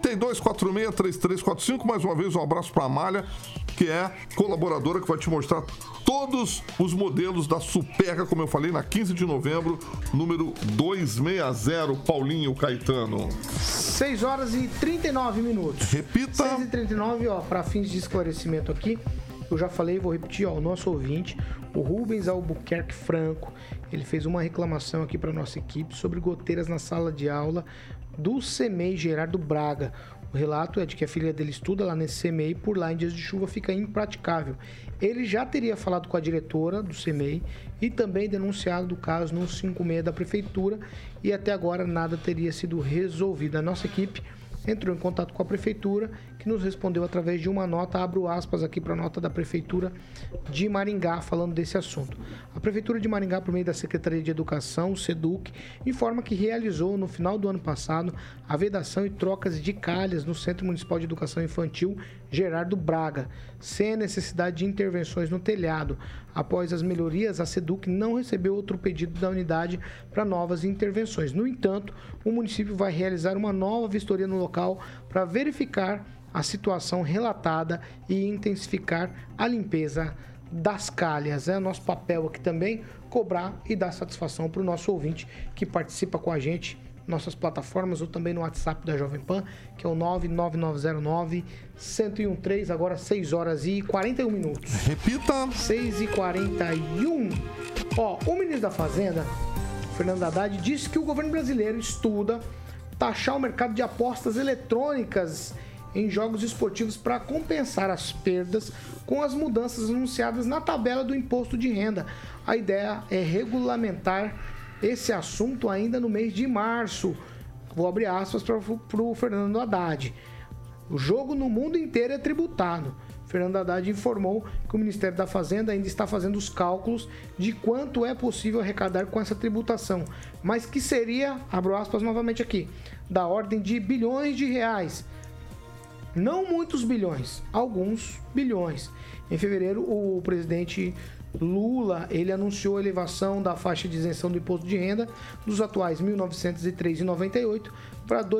3246-3345. Mais uma vez, um abraço para a Amália, que é colaboradora, que vai te mostrar todos os modelos da Superga, como eu falei, na 15 de novembro, número 260, Paulinho Caetano. 6 horas e 39 minutos. Repita. 6 e 39, para fins de esclarecimento aqui, Eu já falei, vou repetir, o nosso ouvinte, o Rubens Albuquerque Franco, ele fez uma reclamação aqui para nossa equipe sobre goteiras na sala de aula do CEMEI Gerardo Braga. O relato é de que a filha dele estuda lá nesse CEMEI e por lá em dias de chuva fica impraticável. Ele já teria falado com a diretora do CEMEI e também denunciado o caso no 156 da prefeitura e até agora nada teria sido resolvido. A nossa equipe entrou em contato com a prefeitura, que nos respondeu através de uma nota, abro aspas aqui para a nota da prefeitura de Maringá, falando desse assunto. A prefeitura de Maringá, por meio da Secretaria de Educação, o SEDUC, informa que realizou no final do ano passado a vedação e trocas de calhas no Centro Municipal de Educação Infantil Gerardo Braga, sem a necessidade de intervenções no telhado. Após as melhorias, a SEDUC não recebeu outro pedido da unidade para novas intervenções. No entanto, o município vai realizar uma nova vistoria no local para verificar a situação relatada e intensificar a limpeza das calhas. É nosso papel aqui também cobrar e dar satisfação para o nosso ouvinte que participa com a gente, nossas plataformas ou também no WhatsApp da Jovem Pan, que é o 99909-1013, agora 6 horas e 41 minutos. Repita! 6 e 41. O ministro da Fazenda, Fernando Haddad, disse que o governo brasileiro estuda taxar o mercado de apostas eletrônicas em jogos esportivos para compensar as perdas com as mudanças anunciadas na tabela do imposto de renda. A ideia é regulamentar esse assunto ainda no mês de março. Vou abrir aspas para o Fernando Haddad. O jogo no mundo inteiro é tributado. Fernando Haddad informou que o Ministério da Fazenda ainda está fazendo os cálculos de quanto é possível arrecadar com essa tributação, mas que seria, abro aspas novamente aqui, da ordem de bilhões de reais. Não muitos bilhões, alguns bilhões. Em fevereiro, o presidente Lula, ele anunciou a elevação da faixa de isenção do imposto de renda dos atuais R$ 1.903,98 para R$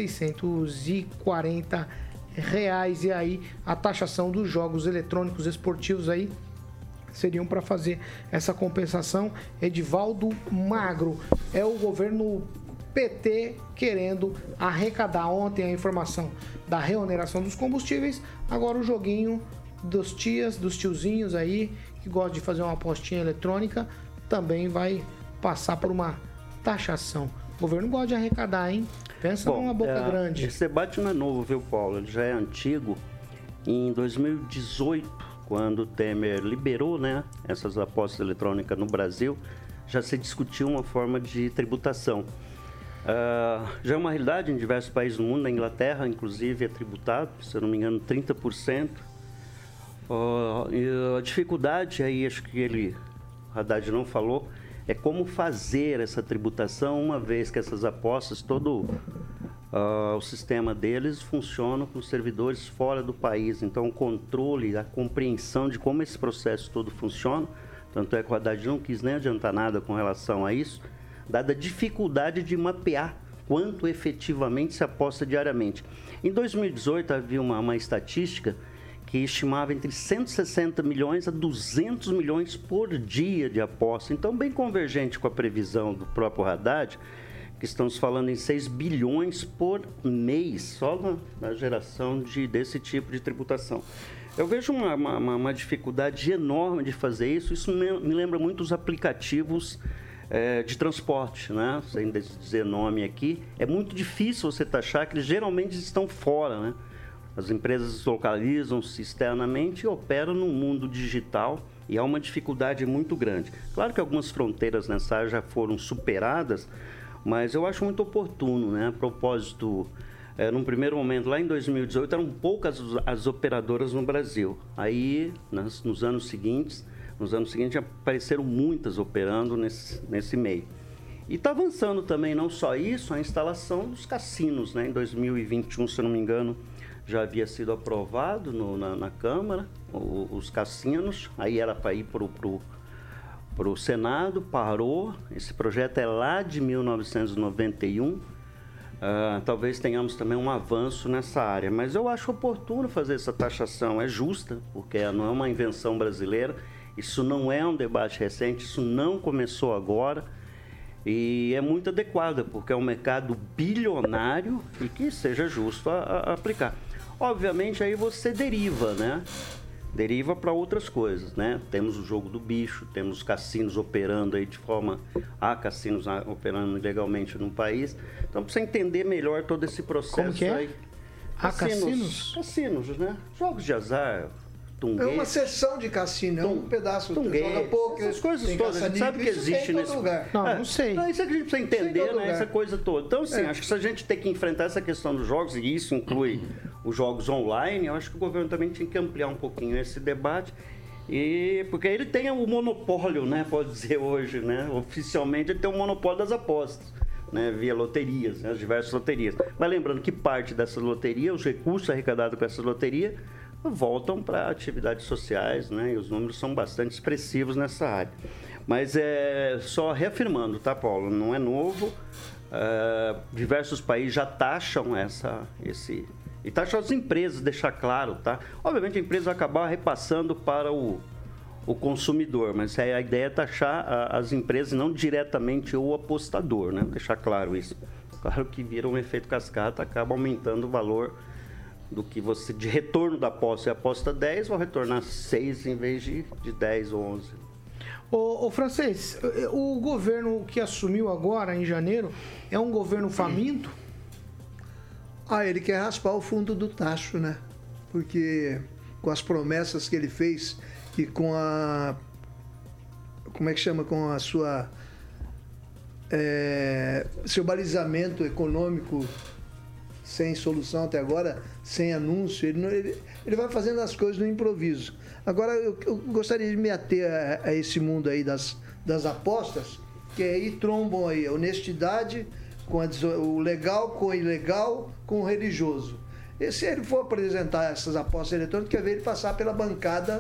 2.640. E aí a taxação dos jogos eletrônicos esportivos aí seriam para fazer essa compensação. Edivaldo Magro, é o governo PT querendo arrecadar. Ontem a informação da reoneração dos combustíveis, agora o joguinho dos tiozinhos aí que gostam de fazer uma apostinha eletrônica também vai passar por uma taxação. O governo gosta de arrecadar, hein? Pensa numa boca grande. Esse debate não é novo, viu, Paulo? Ele já é antigo. Em 2018, quando o Temer liberou, né, essas apostas eletrônicas no Brasil, já se discutiu uma forma de tributação. Já é uma realidade em diversos países do mundo. Na Inglaterra, inclusive, é tributado, se eu não me engano, 30%. E a dificuldade aí, acho que o Haddad não falou, é como fazer essa tributação, uma vez que essas apostas, todo o sistema deles funciona com servidores fora do país. Então, o controle, a compreensão de como esse processo todo funciona, tanto é que o Haddad não quis nem adiantar nada com relação a isso, dada a dificuldade de mapear quanto efetivamente se aposta diariamente. Em 2018, havia uma estatística que estimava entre 160 milhões a 200 milhões por dia de aposta. Então, bem convergente com a previsão do próprio Haddad, que estamos falando em 6 bilhões por mês, só na geração desse tipo de tributação. Eu vejo uma dificuldade enorme de fazer isso. Isso me lembra muito os aplicativos de transporte, né? Sem dizer nome aqui. É muito difícil você taxar, que eles geralmente estão fora, né? As empresas localizam-se externamente e operam no mundo digital e há uma dificuldade muito grande. Claro que algumas fronteiras nessa área já foram superadas, mas eu acho muito oportuno, né? A propósito, num primeiro momento, lá em 2018, eram poucas as operadoras no Brasil. Aí, nos anos seguintes, apareceram muitas operando nesse meio. E está avançando também, não só isso, a instalação dos cassinos, né? Em 2021, se eu não me engano, já havia sido aprovado na Câmara, os cassinos, aí era para ir para o Senado, parou. Esse projeto é lá de 1991, talvez tenhamos também um avanço nessa área, mas eu acho oportuno fazer essa taxação, é justa, porque não é uma invenção brasileira, isso não é um debate recente, isso não começou agora, e é muito adequada, porque é um mercado bilionário e que seja justo aplicar. Obviamente, aí você deriva, né, deriva para outras coisas, né? Temos o jogo do bicho, temos cassinos operando aí de forma... Há cassinos operando ilegalmente no país. Então, para você entender melhor todo esse processo... Como que é? Aí, há cassinos? Cassinos, né? Jogos de azar... Tunguês, é uma seção de cassino, é um pedaço tunguês, joga poker, essas coisas todas, a gente sabe que existe nesse lugar. Não sei. Não, isso é que a gente precisa entender, né? Essa coisa toda. Então, assim, acho que se a gente tem que enfrentar essa questão dos jogos, e isso inclui os jogos online, eu acho que o governo também tinha que ampliar um pouquinho esse debate. Porque ele tem o monopólio, né? Pode dizer hoje, né? Oficialmente ele tem o monopólio das apostas. Né, via loterias, né, as diversas loterias. Mas lembrando que parte dessas loterias, os recursos arrecadados com essas loterias, voltam para atividades sociais, né, e os números são bastante expressivos nessa área. Mas só reafirmando, tá, Paulo? Não é novo. Diversos países já taxam e taxam as empresas, deixar claro, tá? Obviamente a empresa vai acabar repassando para o consumidor, mas a ideia é taxar as empresas, não diretamente o apostador, né? Deixar claro isso. Claro que vira um efeito cascata, acaba aumentando o valor do que você, de retorno da aposta. Você aposta 10, vai retornar 6 em vez de 10 ou 11. Ô Francês, o governo que assumiu agora, em janeiro, é um governo faminto? Ele quer raspar o fundo do tacho, né? Porque com as promessas que ele fez e com com a sua seu balizamento econômico sem solução até agora, sem anúncio, ele vai fazendo as coisas no improviso. Agora, eu gostaria de me ater a esse mundo aí das apostas, que aí trombam aí a honestidade com o legal com o ilegal, com o religioso. E se ele for apresentar essas apostas eletrônicas, quer ver ele passar pela bancada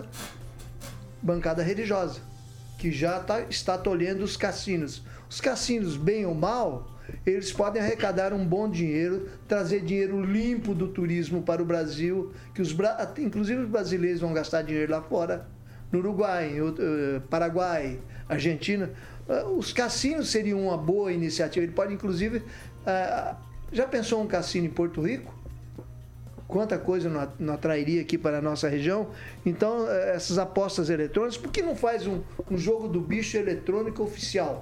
religiosa, que já está tolhendo os cassinos. Os cassinos, bem ou mal, eles podem arrecadar um bom dinheiro, trazer dinheiro limpo do turismo para o Brasil, que inclusive os brasileiros vão gastar dinheiro lá fora, no Uruguai, Paraguai, Argentina. Os cassinos seriam uma boa iniciativa. Ele pode, inclusive... já pensou um cassino em Porto Rico? Quanta coisa não atrairia aqui para a nossa região. Então, essas apostas eletrônicas, por que não faz um jogo do bicho eletrônico oficial?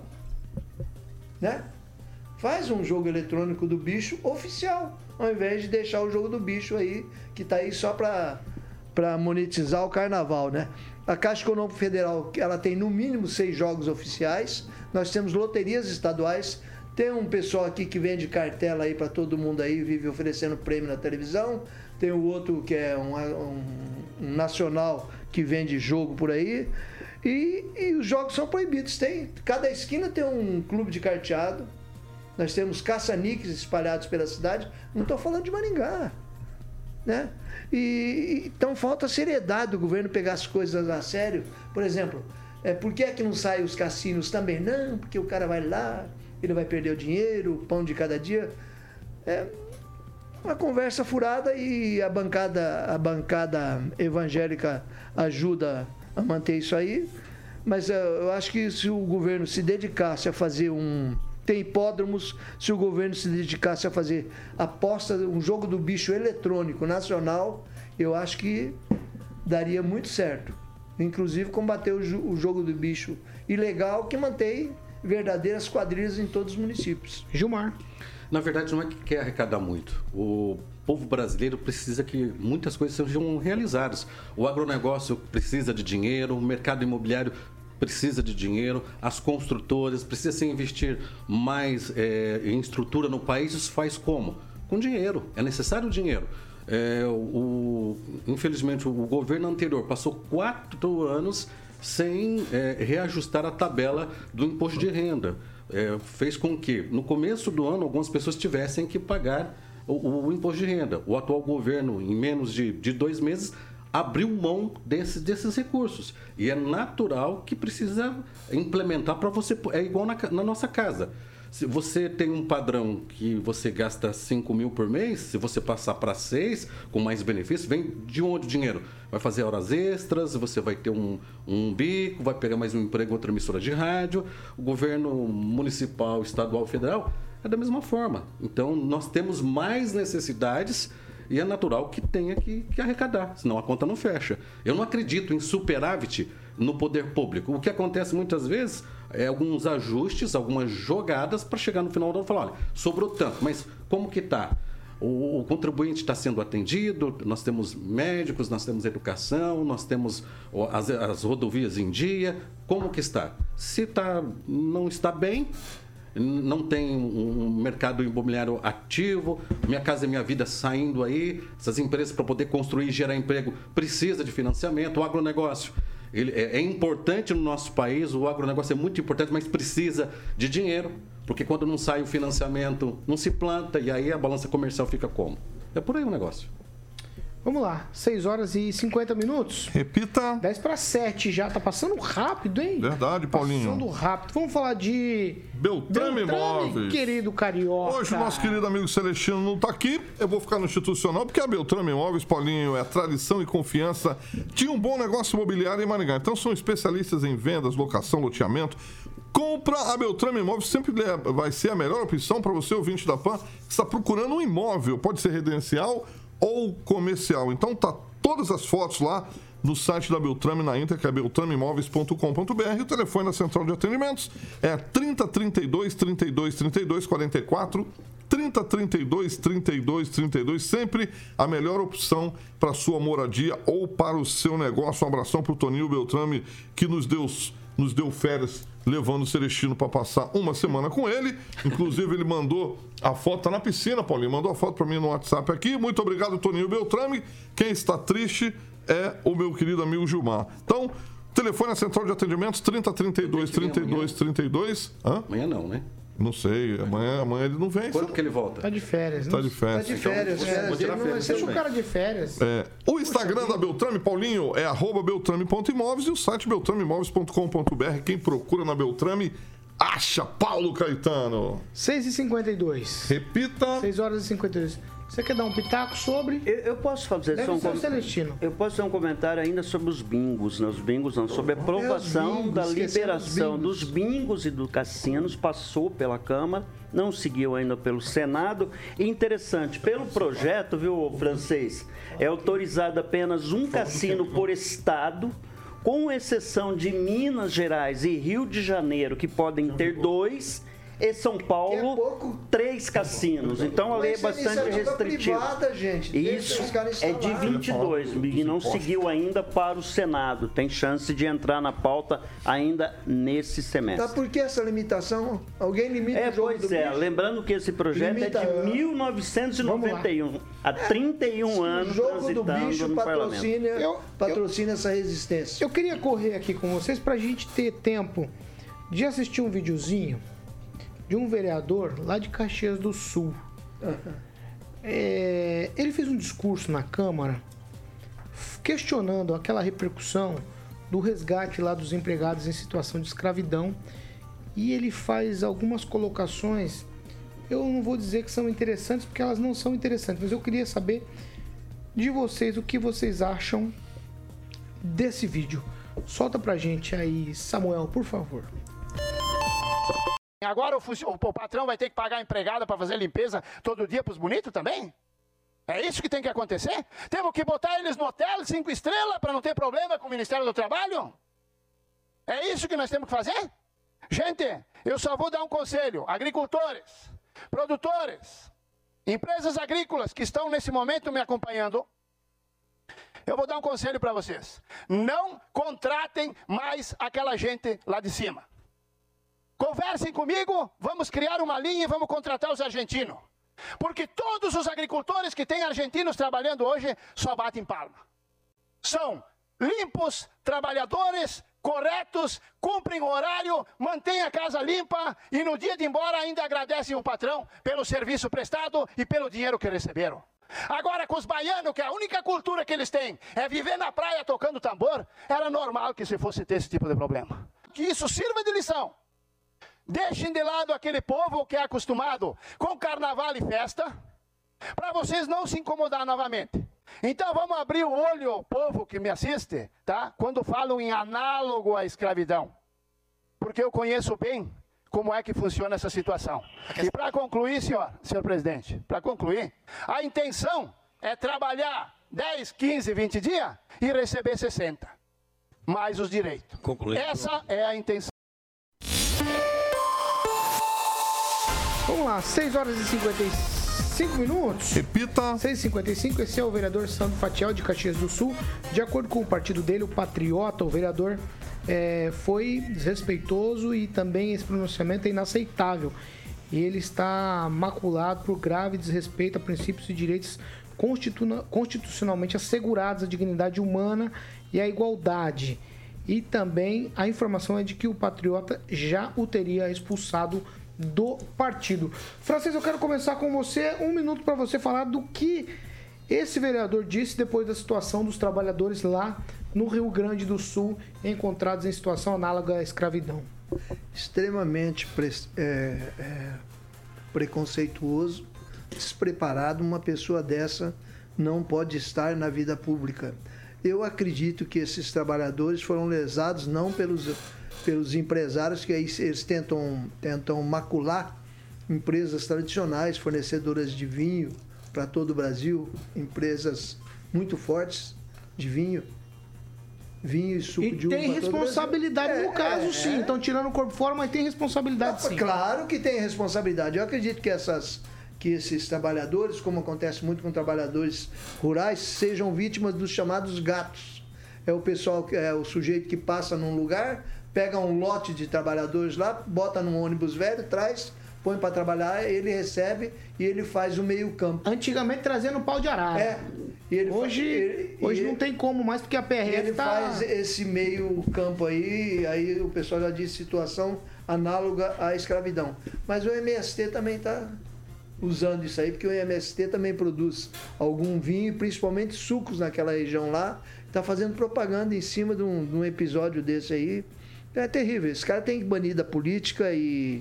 Né? Faz um jogo eletrônico do bicho oficial, ao invés de deixar o jogo do bicho aí, que está aí só para monetizar o carnaval, né? A Caixa Econômica Federal, ela tem no mínimo 6 jogos oficiais. Nós temos loterias estaduais. Tem um pessoal aqui que vende cartela aí para todo mundo aí, vive oferecendo prêmio na televisão. Tem o outro que é um nacional que vende jogo por aí. E os jogos são proibidos. Cada esquina tem um clube de carteado. Nós temos caça-níqueis espalhados pela cidade. Não estou falando de Maringá, né? Então falta seriedade do governo pegar as coisas a sério. Por exemplo, por que é que não saem os cassinos também? Não, porque o cara vai lá, ele vai perder o dinheiro, o pão de cada dia. É uma conversa furada e a bancada evangélica ajuda a manter isso aí. Mas eu acho que se o governo se dedicasse a fazer tem hipódromos, se o governo se dedicasse a fazer aposta, um jogo do bicho eletrônico nacional, eu acho que daria muito certo. Inclusive combater o jogo do bicho ilegal, que mantém verdadeiras quadrilhas em todos os municípios. Gilmar. Na verdade, não é que quer arrecadar muito. O povo brasileiro precisa que muitas coisas sejam realizadas. O agronegócio precisa de dinheiro, o mercado imobiliário precisa de dinheiro, as construtoras precisam investir mais em estrutura no país. Isso faz como? Com dinheiro. É necessário dinheiro. Infelizmente, o governo anterior passou 4 anos sem reajustar a tabela do imposto de renda. Fez com que, no começo do ano, algumas pessoas tivessem que pagar o imposto de renda. O atual governo, em menos de 2 meses, abriu mão desses recursos. E é natural que precisa implementar para você... É igual na nossa casa. Se você tem um padrão que você gasta 5 mil por mês, se você passar para 6, com mais benefícios, vem de onde o dinheiro? Vai fazer horas extras, você vai ter um bico, vai pegar mais um emprego em outra emissora de rádio. O governo municipal, estadual, federal, é da mesma forma. Então, nós temos mais necessidades E é natural que tenha que arrecadar, senão a conta não fecha. Eu não acredito em superávit no poder público. O que acontece muitas vezes é alguns ajustes, algumas jogadas para chegar no final do ano e falar, olha, sobrou tanto, mas como que está? O contribuinte está sendo atendido, nós temos médicos, nós temos educação, nós temos as rodovias em dia, como que está? Se não está bem, não tem um mercado imobiliário ativo, Minha Casa Minha Vida saindo aí, essas empresas para poder construir e gerar emprego precisa de financiamento, o agronegócio. Ele é importante no nosso país, o agronegócio é muito importante, mas precisa de dinheiro, porque quando não sai o financiamento, não se planta, e aí a balança comercial fica como? É por aí o negócio. Vamos lá, 6 horas e 50 minutos. Repita. 10 para 7 já, tá passando rápido, hein? Verdade, Paulinho. Passando rápido. Vamos falar de Beltrame Imóveis. Querido Carioca. Hoje o nosso querido amigo Celestino não tá aqui, eu vou ficar no institucional, porque a Beltrame Imóveis, Paulinho, é tradição e confiança de um bom negócio imobiliário em Maringá. Então são especialistas em vendas, locação, loteamento. Compra a Beltrame Imóveis, sempre vai ser a melhor opção para você, ouvinte da PAN, que está procurando um imóvel, pode ser residencial ou comercial. Então tá todas as fotos lá no site da Beltrame na íntegra, que é beltrameimóveis.com.br. O telefone da central de atendimentos é 3032 32 32 44 3032 32 32, sempre a melhor opção para sua moradia ou para o seu negócio. Um abração para o Toninho Beltrame, que nos deu férias, levando o Celestino para passar uma semana com ele. Inclusive, ele mandou a foto, tá na piscina, Paulinho, mandou a foto para mim no WhatsApp aqui. Muito obrigado, Toninho Beltrame. Quem está triste é o meu querido amigo Gilmar. Então, telefone na central de atendimentos, 3032 32 32. Hã? Amanhã não, né? Não sei, amanhã ele não vem. Quando que ele volta? Tá de férias, né? Tá de férias. Tá de férias, Deixa o cara de férias. O Instagram da Beltrame, Paulinho, é @beltrame.imóveis e o site beltrameimóveis.com.br. Quem procura na Beltrame, acha. Paulo Caetano. 6h52. Repita. 6 horas e 52. Você quer dar um pitaco sobre? Eu posso fazer só Celestino. Eu posso dar um comentário ainda sobre os bingos, né? Os bingos não, sobre a aprovação da liberação dos bingos e dos cassinos, passou pela Câmara, não seguiu ainda pelo Senado. E interessante, pelo projeto, viu, Francês, é autorizado apenas um cassino por estado, com exceção de Minas Gerais e Rio de Janeiro, que podem ter 2, e São Paulo, 3 cassinos. Então a lei é bastante restritiva. Privada, gente. Isso é de 22 e não seguiu ainda para o Senado. Tem chance de entrar na pauta ainda nesse semestre. Tá, por que essa limitação? Alguém limita o jogo do bicho? Lembrando que esse projeto é de 1991. Há 31 anos o jogo do bicho no patrocina essa resistência. Eu queria correr aqui com vocês pra gente ter tempo de assistir um videozinho de um vereador lá de Caxias do Sul. Ele fez um discurso na Câmara questionando aquela repercussão do resgate lá dos empregados em situação de escravidão, e ele faz algumas colocações, eu não vou dizer que são interessantes, porque elas não são interessantes, mas eu queria saber de vocês o que vocês acham desse vídeo. Solta pra gente aí, Samuel, por favor. Agora o patrão vai ter que pagar a empregada para fazer limpeza todo dia para os bonitos também? É isso que tem que acontecer? Temos que botar eles no hotel 5 estrelas para não ter problema com o Ministério do Trabalho? É isso que nós temos que fazer? Gente, eu só vou dar um conselho. Agricultores, produtores, empresas agrícolas que estão nesse momento me acompanhando, eu vou dar um conselho para vocês. Não contratem mais aquela gente lá de cima. Conversem comigo, vamos criar uma linha e vamos contratar os argentinos. Porque todos os agricultores que têm argentinos trabalhando hoje só batem palma. São limpos, trabalhadores, corretos, cumprem o horário, mantêm a casa limpa e no dia de ir embora ainda agradecem o patrão pelo serviço prestado e pelo dinheiro que receberam. Agora com os baianos, que a única cultura que eles têm é viver na praia tocando tambor, era normal que se fosse ter esse tipo de problema. Que isso sirva de lição. Deixem de lado aquele povo que é acostumado com carnaval e festa, para vocês não se incomodar novamente. Então vamos abrir o olho, povo que me assiste, tá? Quando falam em análogo à escravidão. Porque eu conheço bem como é que funciona essa situação. E para concluir, senhor presidente, para concluir, a intenção é trabalhar 10, 15, 20 dias e receber 60. Mais os direitos. Concluído. Essa é a intenção. Vamos lá, 6 horas e 55 minutos. Repita. 6h55, esse é o vereador Sandro Fatiel, de Caxias do Sul. De acordo com o partido dele, o Patriota, o vereador foi desrespeitoso e também esse pronunciamento é inaceitável. E ele está maculado por grave desrespeito a princípios e direitos constitucionalmente assegurados, a dignidade humana e a igualdade. E também a informação é de que o Patriota já o teria expulsado do partido. Francês, eu quero começar com você, 1 minuto para você falar do que esse vereador disse depois da situação dos trabalhadores lá no Rio Grande do Sul, encontrados em situação análoga à escravidão. Extremamente preconceituoso, despreparado. Uma pessoa dessa não pode estar na vida pública. Eu acredito que esses trabalhadores foram lesados não pelos empresários, que aí eles tentam macular empresas tradicionais, fornecedoras de vinho para todo o Brasil, empresas muito fortes de vinho e suco de uva. E tem responsabilidade no caso, sim. Estão tirando o corpo fora, mas tem responsabilidade, sim. Claro que tem responsabilidade. Eu acredito que esses trabalhadores, como acontece muito com trabalhadores rurais, sejam vítimas dos chamados gatos. É o pessoal, o sujeito que passa num lugar, pega um lote de trabalhadores lá, bota num ônibus velho, traz, põe para trabalhar, ele recebe e ele faz o meio campo. Antigamente trazendo pau de arara. Hoje não tem como mais, porque a PRF ele faz esse meio campo aí o pessoal já diz situação análoga à escravidão. Mas o MST também está usando isso aí, porque o MST também produz algum vinho, principalmente sucos naquela região lá, está fazendo propaganda em cima de um episódio desse aí. É terrível. Esse cara tem que banir da política e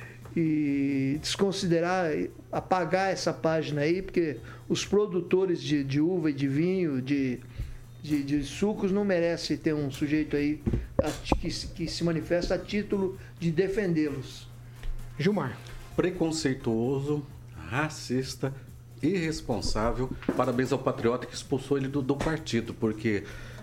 desconsiderar, apagar essa página aí, porque os produtores de uva e de vinho, de sucos, não merecem ter um sujeito aí que se manifesta a título de defendê-los. Gilmar. Preconceituoso, racista, irresponsável. Parabéns ao Patriota que expulsou ele do partido, porque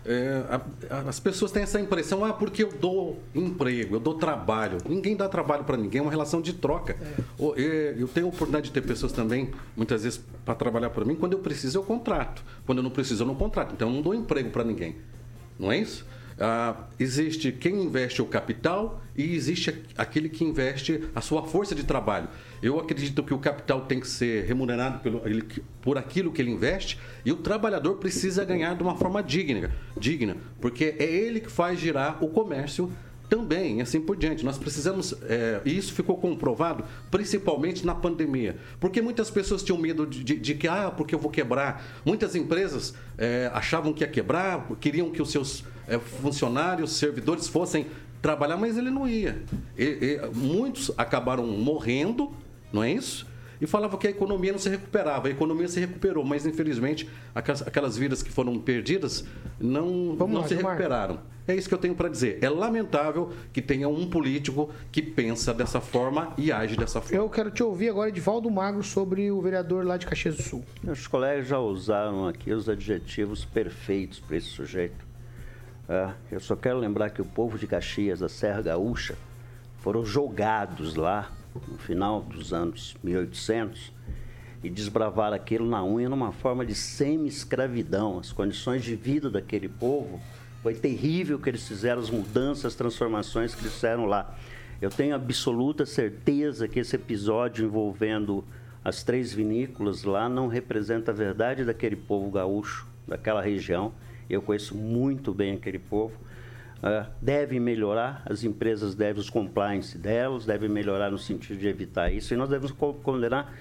as pessoas têm essa impressão, porque eu dou emprego, eu dou trabalho. Ninguém dá trabalho para ninguém, é uma relação de troca. Eu tenho a oportunidade de ter pessoas também, muitas vezes, para trabalhar para mim. Quando eu preciso, eu contrato. Quando eu não preciso, eu não contrato. Então, eu não dou emprego para ninguém. Não é isso? Existe quem investe o capital e existe aquele que investe a sua força de trabalho. Eu acredito que o capital tem que ser remunerado por aquilo que ele investe e o trabalhador precisa ganhar de uma forma digna, porque é ele que faz girar o comércio também, e assim por diante. Nós precisamos, e isso ficou comprovado principalmente na pandemia, porque muitas pessoas tinham medo de que, porque eu vou quebrar. Muitas empresas achavam que ia quebrar, queriam que os seus funcionários, servidores fossem trabalhar, mas ele não ia. Muitos acabaram morrendo, não é isso? E falavam que a economia não se recuperava. A economia se recuperou, mas infelizmente aquelas vidas que foram perdidas não se recuperaram. É isso que eu tenho para dizer. É lamentável que tenha um político que pensa dessa forma e age dessa forma. Eu quero te ouvir agora, Edivaldo Magro, sobre o vereador lá de Caxias do Sul. Os colegas já usaram aqui os adjetivos perfeitos para esse sujeito. Eu só quero lembrar que o povo de Caxias, da Serra Gaúcha, foram jogados lá no final dos anos 1800 e desbravaram aquilo na unha numa forma de semi-escravidão. As condições de vida daquele povo foi terrível que eles fizeram, as mudanças, as transformações que eles fizeram lá. Eu tenho absoluta certeza que esse episódio envolvendo as 3 vinícolas lá não representa a verdade daquele povo gaúcho, daquela região. Eu conheço muito bem aquele povo. Devem melhorar, as empresas devem, os compliance delas, devem melhorar no sentido de evitar isso, e nós devemos condenar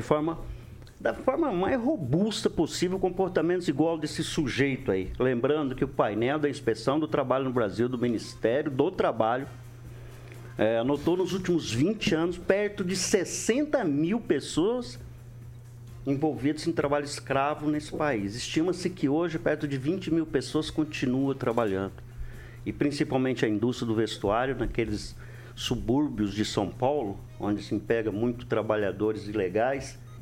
da forma mais robusta possível comportamentos igual desse sujeito aí. Lembrando que o painel da Inspeção do Trabalho no Brasil, do Ministério do Trabalho, anotou nos últimos 20 anos perto de 60 mil pessoas envolvidas em trabalho escravo nesse país. Estima-se que hoje perto de 20 mil pessoas continuam trabalhando. E principalmente a indústria do vestuário, naqueles subúrbios de São Paulo, onde se empega muito trabalhadores ilegais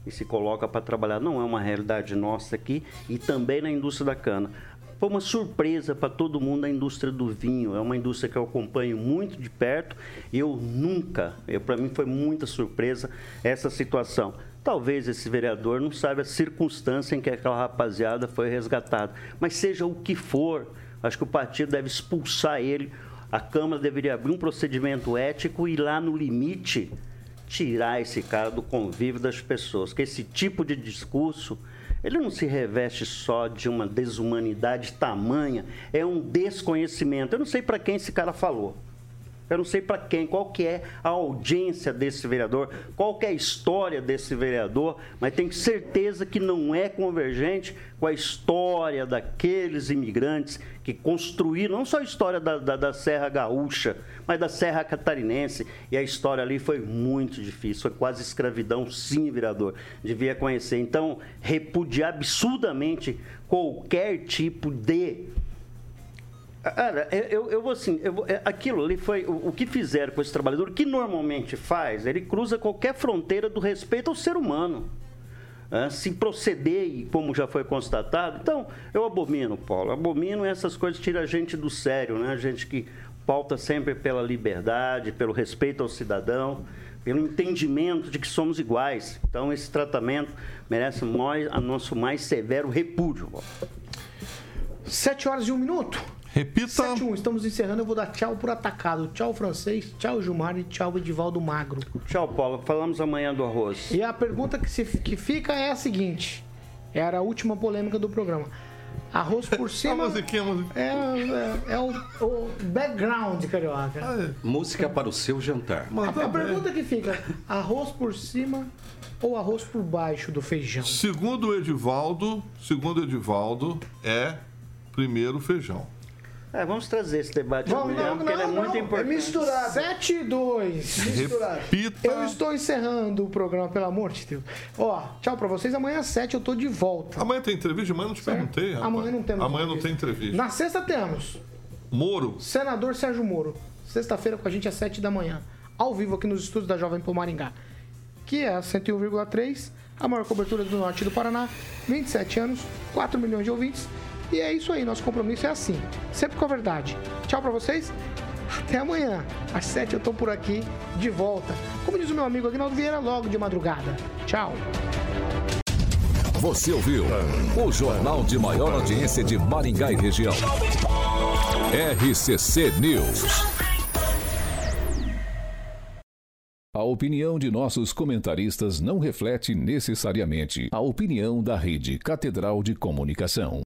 e se coloca para trabalhar. Não é uma realidade nossa aqui e também na indústria da cana. Foi uma surpresa para todo mundo a indústria do vinho. É uma indústria que eu acompanho muito de perto. Para mim foi muita surpresa essa situação. Talvez esse vereador não saiba a circunstância em que aquela rapaziada foi resgatada. Mas seja o que for, acho que o partido deve expulsar ele. A Câmara deveria abrir um procedimento ético e lá no limite tirar esse cara do convívio das pessoas. Que esse tipo de discurso, ele não se reveste só de uma desumanidade tamanha, é um desconhecimento. Eu não sei para quem esse cara falou. Eu não sei para quem, qual que é a audiência desse vereador, qual que é a história desse vereador, mas tenho certeza que não é convergente com a história daqueles imigrantes que construíram, não só a história da Serra Gaúcha, mas da Serra Catarinense. E a história ali foi muito difícil, foi quase escravidão, sim, vereador. Devia conhecer. Então, repudiar absurdamente qualquer tipo de... Cara, aquilo ali foi o que fizeram com esse trabalhador, o que normalmente faz, ele cruza qualquer fronteira do respeito ao ser humano. Se proceder, e como já foi constatado, então eu abomino, Paulo, essas coisas, tira a gente do sério, né? A gente que pauta sempre pela liberdade, pelo respeito ao cidadão, pelo entendimento de que somos iguais. Então esse tratamento merece nosso mais severo repúdio, Paulo. 7h01. Repita. 7h01, estamos encerrando. Eu vou dar tchau por atacado. Tchau, Francês. Tchau, Gilmar. E tchau, Edivaldo Magro. Tchau, Paulo. Falamos amanhã do arroz. E a pergunta que fica é a seguinte. Era a última polêmica do programa. Arroz por cima... É o background, carioca. Música para o seu jantar. A pergunta que fica, arroz por cima ou arroz por baixo do feijão? Segundo o Edivaldo, é primeiro feijão. Vamos trazer esse debate amanhã, porque ele é muito importante. É misturado. 7-2. Repita. Eu estou encerrando o programa, pelo amor de Deus. Ó, tchau pra vocês. Amanhã às 7 eu tô de volta. Amanhã tem entrevista? Amanhã não te perguntei, rapaz. Amanhã não temos. Amanhã não tem entrevista. Na sexta temos. Moro. Senador Sérgio Moro. Sexta-feira com a gente às 7 da manhã. Ao vivo aqui nos estúdios da Jovem Pan Maringá. Que é a 101,3. A maior cobertura do norte do Paraná. 27 anos, 4 milhões de ouvintes. E é isso aí, nosso compromisso é assim, sempre com a verdade. Tchau pra vocês, até amanhã. Às 7 eu tô por aqui, de volta. Como diz o meu amigo Aguinaldo Vieira, logo de madrugada. Tchau. Você ouviu o jornal de maior audiência de Maringá e região. RCC News. A opinião de nossos comentaristas não reflete necessariamente a opinião da Rede Catedral de Comunicação.